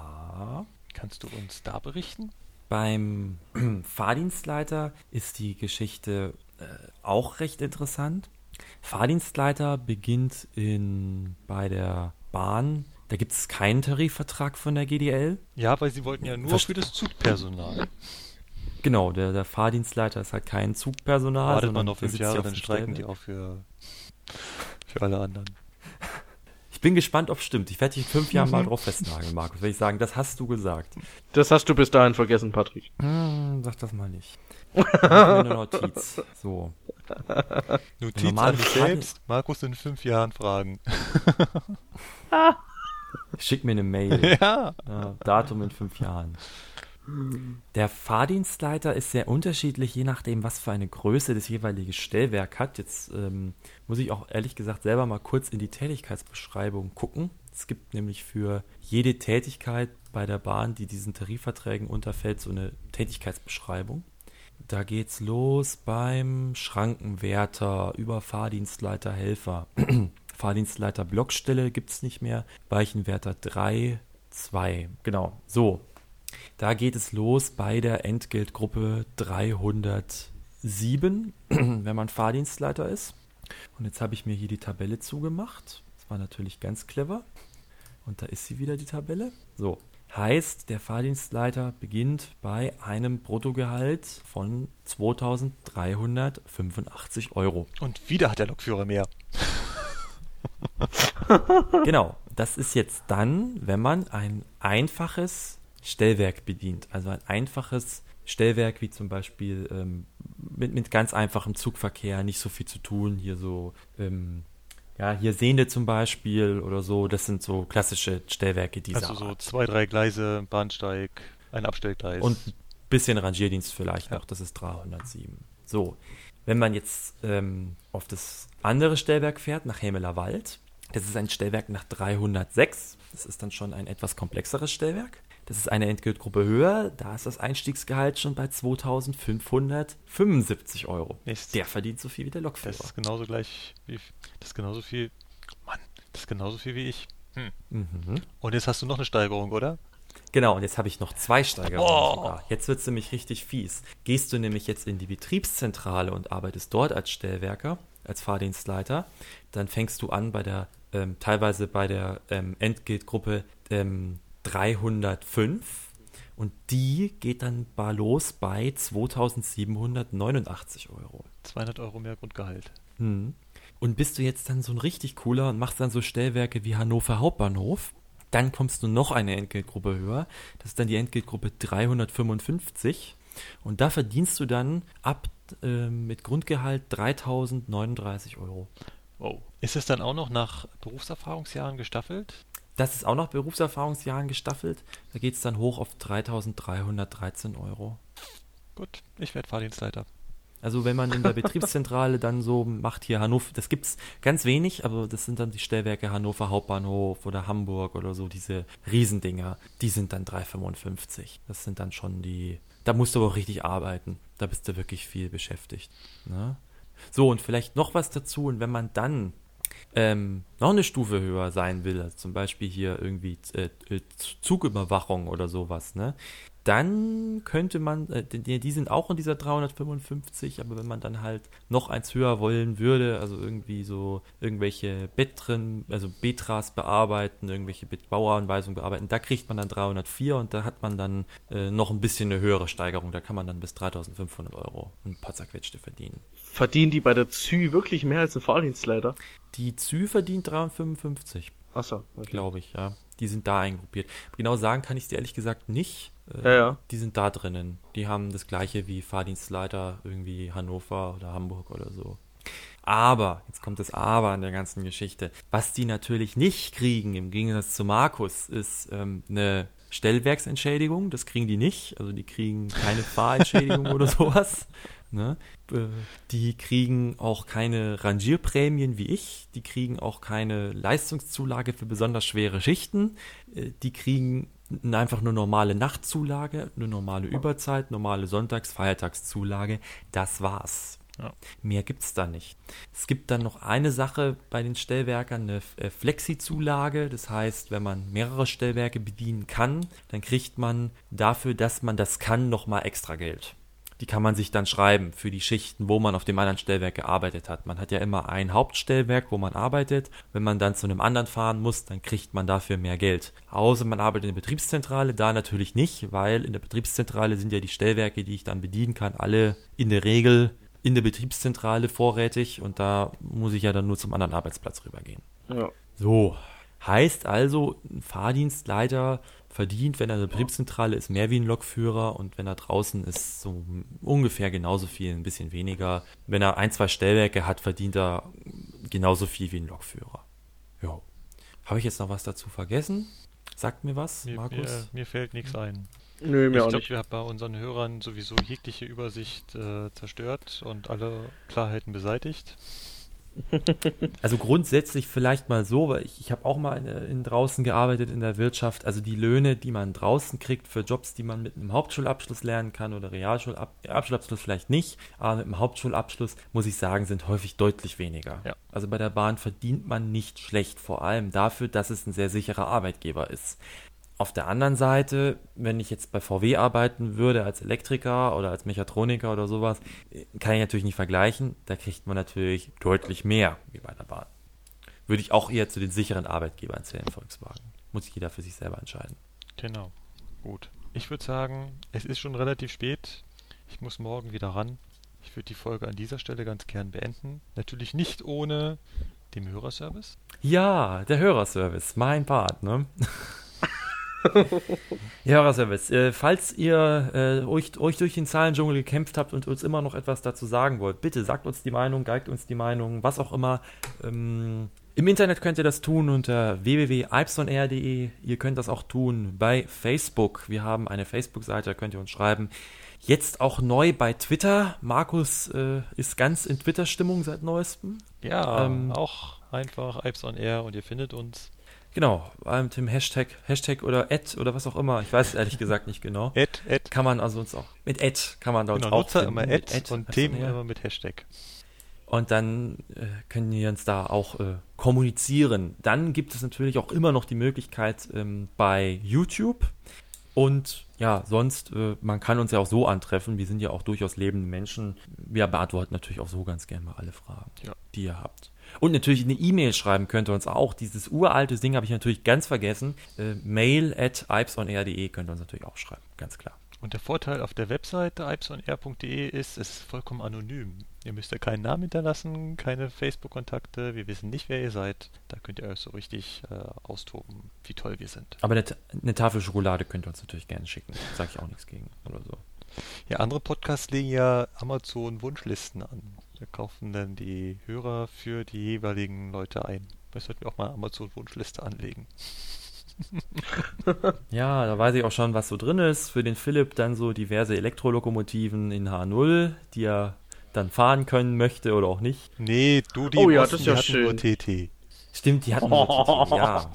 Ja, Kannst du uns da berichten? beim Fahrdienstleiter ist die Geschichte äh, auch recht interessant. Fahrdienstleiter beginnt in, bei der Bahn, da gibt es keinen Tarifvertrag von der G D L. Ja, weil sie wollten ja nur Verst- für das Zugpersonal. Genau, der, der Fahrdienstleiter ist halt kein Zugpersonal. Wartet man sondern noch der fünf sitzt Jahre, hier auf dann dem streiken Stellwerk. die auch für, für alle anderen. Ich bin gespannt, ob es stimmt. Ich werde dich in fünf Jahren mal drauf festnageln, Markus. Wenn ich sagen, das hast du gesagt. Das hast du bis dahin vergessen, Patrick. Hm, sag das mal nicht. Ich mach mir eine Notiz. So. Notiz Normale an dich Fahrdi- selbst, Markus in fünf Jahren fragen. Schick mir eine Mail. Ja. Ja, Datum in fünf Jahren. Der Fahrdienstleiter ist sehr unterschiedlich, je nachdem, was für eine Größe das jeweilige Stellwerk hat. Jetzt ähm, muss ich auch ehrlich gesagt selber mal kurz in die Tätigkeitsbeschreibung gucken. Es gibt nämlich für jede Tätigkeit bei der Bahn, die diesen Tarifverträgen unterfällt, so eine Tätigkeitsbeschreibung. Da geht's los beim Schrankenwärter, über Fahrdienstleiter, Helfer. Fahrdienstleiter Blockstelle gibt's nicht mehr. Weichenwärter drei, zwei. Genau, so. Da geht es los bei der Entgeltgruppe dreihundertsieben, wenn man Fahrdienstleiter ist. Und jetzt habe ich mir hier die Tabelle zugemacht. Das war natürlich ganz clever. Und da ist sie wieder, die Tabelle. So, heißt, der Fahrdienstleiter beginnt bei einem Bruttogehalt von zweitausenddreihundertfünfundachtzig Euro. Und wieder hat der Lokführer mehr. Genau, das ist jetzt dann, wenn man ein einfaches Stellwerk bedient. Also ein einfaches Stellwerk wie zum Beispiel ähm, mit, mit ganz einfachem Zugverkehr, nicht so viel zu tun. Hier so, ähm, ja, hier Sehende zum Beispiel oder so. Das sind so klassische Stellwerke dieser Also so Art. zwei, drei Gleise, Bahnsteig, ein Abstellgleis. Und ein bisschen Rangierdienst vielleicht Ja. noch, das ist dreihundertsieben. So, wenn man jetzt ähm, auf das andere Stellwerk fährt, nach Hämelerwald, das ist ein Stellwerk nach dreihundertsechs. Das ist dann schon ein etwas komplexeres Stellwerk. Das ist eine Entgeltgruppe höher, da ist das Einstiegsgehalt schon bei zweitausendfünfhundertfünfundsiebzig Euro. Mist. Der verdient so viel wie der Lokführer. Das ist genauso gleich wie. Das ist genauso viel. Mann, das ist genauso viel wie ich. Hm. Mhm. Und jetzt hast du noch eine Steigerung, oder? Genau, und jetzt habe ich noch zwei Steigerungen Oh. sogar. Jetzt wird es nämlich richtig fies. Gehst du nämlich jetzt in die Betriebszentrale und arbeitest dort als Stellwerker, als Fahrdienstleiter, dann fängst du an bei der, ähm, teilweise bei der ähm, Entgeltgruppe ähm, dreihundertfünf Und die geht dann bar los bei zweitausendsiebenhundertneunundachtzig Euro. zweihundert Euro mehr Grundgehalt. Hm. Und bist du jetzt dann so ein richtig cooler und machst dann so Stellwerke wie Hannover Hauptbahnhof, dann kommst du noch eine Entgeltgruppe höher. Das ist dann die Entgeltgruppe dreihundertfünfundfünfzig. Und da verdienst du dann ab äh, mit Grundgehalt dreitausendneununddreißig Euro. Wow. Ist es dann auch noch nach Berufserfahrungsjahren gestaffelt? Das ist auch nach Berufserfahrungsjahren gestaffelt. Da geht es dann hoch auf dreitausenddreihundertdreizehn Euro. Gut, ich werde Fahrdienstleiter. Also wenn man in der Betriebszentrale dann so macht, hier Hannover, das gibt's ganz wenig, aber das sind dann die Stellwerke Hannover Hauptbahnhof oder Hamburg oder so, diese Riesendinger, die sind dann drei fünfundfünfzig. Das sind dann schon die, da musst du aber auch richtig arbeiten, da bist du wirklich viel beschäftigt. Ne? So, und vielleicht noch was dazu, und wenn man dann ähm, noch eine Stufe höher sein will, also zum Beispiel hier irgendwie äh, Zugüberwachung oder sowas, ne? Dann könnte man, äh, die, die sind auch in dieser dreihundertfünfundfünfzig, aber wenn man dann halt noch eins höher wollen würde, also irgendwie so irgendwelche Betren, also Betras bearbeiten, irgendwelche Bauanweisungen bearbeiten, da kriegt man dann dreihundertvier und da hat man dann äh, noch ein bisschen eine höhere Steigerung, da kann man dann bis dreitausendfünfhundert Euro ein paar zerquetschte verdienen. Verdienen die bei der Z Ü wirklich mehr als ein Fahrdienstleiter? Die Z Ü verdient dreihundertfünfundfünfzig. Achso, okay. Glaube ich, ja. Die sind da eingruppiert. Genau sagen kann ich es dir ehrlich gesagt nicht. Äh, ja, ja. Die sind da drinnen. Die haben das gleiche wie Fahrdienstleiter irgendwie Hannover oder Hamburg oder so. Aber, jetzt kommt das Aber an der ganzen Geschichte. Was die natürlich nicht kriegen, im Gegensatz zu Markus, ist ähm, eine Stellwerksentschädigung. Das kriegen die nicht. Also die kriegen keine Fahrentschädigung oder sowas. Ne? Die kriegen auch keine Rangierprämien wie ich, die kriegen auch keine Leistungszulage für besonders schwere Schichten, die kriegen einfach eine normale Nachtzulage, eine normale Überzeit, normale Sonntags-, Feiertagszulage, das war's. Ja. Mehr gibt's da nicht. Es gibt dann noch eine Sache bei den Stellwerkern, eine Flexi-Zulage. Das heißt, wenn man mehrere Stellwerke bedienen kann, dann kriegt man dafür, dass man das kann, nochmal extra Geld. Die kann man sich dann schreiben für die Schichten, wo man auf dem anderen Stellwerk gearbeitet hat. Man hat ja immer ein Hauptstellwerk, wo man arbeitet. Wenn man dann zu einem anderen fahren muss, dann kriegt man dafür mehr Geld. Außer man arbeitet in der Betriebszentrale, da natürlich nicht, weil in der Betriebszentrale sind ja die Stellwerke, die ich dann bedienen kann, alle in der Regel in der Betriebszentrale vorrätig und da muss ich ja dann nur zum anderen Arbeitsplatz rübergehen. Ja. So, heißt also, ein Fahrdienstleiter verdient, wenn er in der Betriebszentrale ist, mehr wie ein Lokführer und wenn er draußen ist, so ungefähr genauso viel, ein bisschen weniger. Wenn er ein, zwei Stellwerke hat, verdient er genauso viel wie ein Lokführer. Ja. Habe ich jetzt noch was dazu vergessen? Sagt mir was, mir, Markus? Mir, mir fällt nichts ein. Nö, mir ich auch glaube, nicht. wir haben bei unseren Hörern sowieso jegliche Übersicht äh, zerstört und alle Klarheiten beseitigt. Also grundsätzlich vielleicht mal so, weil ich, ich habe auch mal in, in draußen gearbeitet in der Wirtschaft, also die Löhne, die man draußen kriegt für Jobs, die man mit einem Hauptschulabschluss lernen kann oder Realschulabschluss vielleicht nicht, aber mit einem Hauptschulabschluss, muss ich sagen, sind häufig deutlich weniger. Ja. Also bei der Bahn verdient man nicht schlecht, vor allem dafür, dass es ein sehr sicherer Arbeitgeber ist. Auf der anderen Seite, wenn ich jetzt bei V W arbeiten würde als Elektriker oder als Mechatroniker oder sowas, kann ich natürlich nicht vergleichen. Da kriegt man natürlich deutlich mehr wie bei der Bahn. Würde ich auch eher zu den sicheren Arbeitgebern zählen, Volkswagen. Muss jeder für sich selber entscheiden. Genau. Gut. Ich würde sagen, es ist schon relativ spät. Ich muss morgen wieder ran. Ich würde die Folge an dieser Stelle ganz gern beenden. Natürlich nicht ohne dem Hörerservice. Ja, der Hörerservice, mein Part, ne? Ja, Hörerservice, äh, falls ihr äh, euch, euch durch den Zahlendschungel gekämpft habt und uns immer noch etwas dazu sagen wollt, bitte sagt uns die Meinung, geigt uns die Meinung, was auch immer. Ähm, Im Internet könnt ihr das tun unter w w w punkt ipsonair punkt de. Ihr könnt das auch tun bei Facebook. Wir haben eine Facebook-Seite, da könnt ihr uns schreiben. Jetzt auch neu bei Twitter. Markus äh, ist ganz in Twitter-Stimmung seit Neuestem. Ja, ähm, auch einfach ipsonair und ihr findet uns. Genau, mit dem Hashtag, Hashtag oder Ad oder was auch immer. Ich weiß es ehrlich gesagt nicht genau. Ad, Ad. Kann man also uns auch, mit Ad kann man da uns genau, auch Nutzer finden. immer Ad, Ad und Themen her. immer mit Hashtag. Und dann äh, können wir uns da auch äh, kommunizieren. Dann gibt es natürlich auch immer noch die Möglichkeit ähm, bei YouTube. Und ja, sonst, äh, man kann uns ja auch so antreffen. Wir sind ja auch durchaus lebende Menschen. Wir beantworten natürlich auch so ganz gerne mal alle Fragen, ja. die ihr habt. Und natürlich eine E-Mail schreiben könnt ihr uns auch. Dieses uralte Ding habe ich natürlich ganz vergessen. Äh, mail at ipsonair punkt de könnt ihr uns natürlich auch schreiben, ganz klar. Und der Vorteil auf der Webseite ipsonair punkt de ist, es ist vollkommen anonym. Ihr müsst ja keinen Namen hinterlassen, keine Facebook-Kontakte, wir wissen nicht, wer ihr seid. Da könnt ihr euch so richtig äh, austoben, wie toll wir sind. Aber eine, eine Tafel Schokolade könnt ihr uns natürlich gerne schicken. Sage ich auch nichts gegen oder so. Ja, andere Podcasts legen ja Amazon-Wunschlisten an. Da kaufen dann die Hörer für die jeweiligen Leute ein. Das sollten wir auch mal Amazon-Wunschliste anlegen. Ja, da weiß ich auch schon, was so drin ist. Für den Philipp dann so diverse Elektrolokomotiven in H null, die er dann fahren können möchte oder auch nicht. Nee, du, die Oh ja, Osten, das ist ja die hatten schön. nur T T. Stimmt, die hatten nur T T, ja.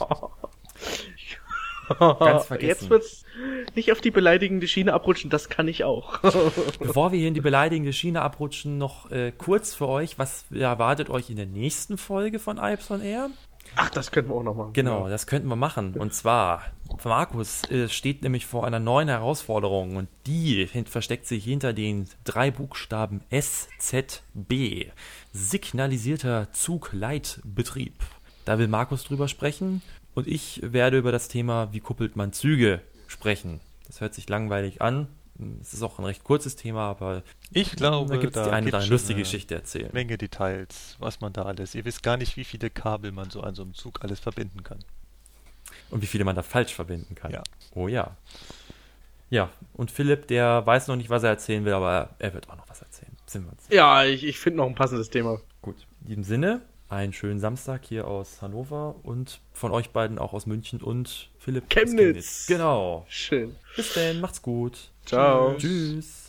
Ganz vergessen. Jetzt wird's nicht auf die beleidigende Schiene abrutschen, das kann ich auch. Bevor wir hier in die beleidigende Schiene abrutschen, noch äh, kurz für euch, was erwartet euch in der nächsten Folge von iPsonair? Ach, das könnten wir auch noch machen. Genau, das könnten wir machen. Und zwar, Markus äh, steht nämlich vor einer neuen Herausforderung und die hin- versteckt sich hinter den drei Buchstaben S Z B. Signalisierter Zugleitbetrieb. Da will Markus drüber sprechen und ich werde über das Thema, wie kuppelt man Züge, sprechen. Das hört sich langweilig an. Es ist auch ein recht kurzes Thema, aber Ich glaube, da gibt es die eine oder andere lustige Geschichte erzählen. Menge Details, was man da alles. Ihr wisst gar nicht, wie viele Kabel man so an so einem Zug alles verbinden kann. Und wie viele man da falsch verbinden kann. Ja. Oh ja. Ja, und Philipp, der weiß noch nicht, was er erzählen will, aber er wird auch noch was erzählen. Sind wir uns. Ja, ich, ich finde noch ein passendes Thema. Gut. In diesem Sinne, einen schönen Samstag hier aus Hannover und von euch beiden auch aus München und Philipp aus Chemnitz. Genau. Schön. Bis dann, macht's gut. Ciao. Tschüss.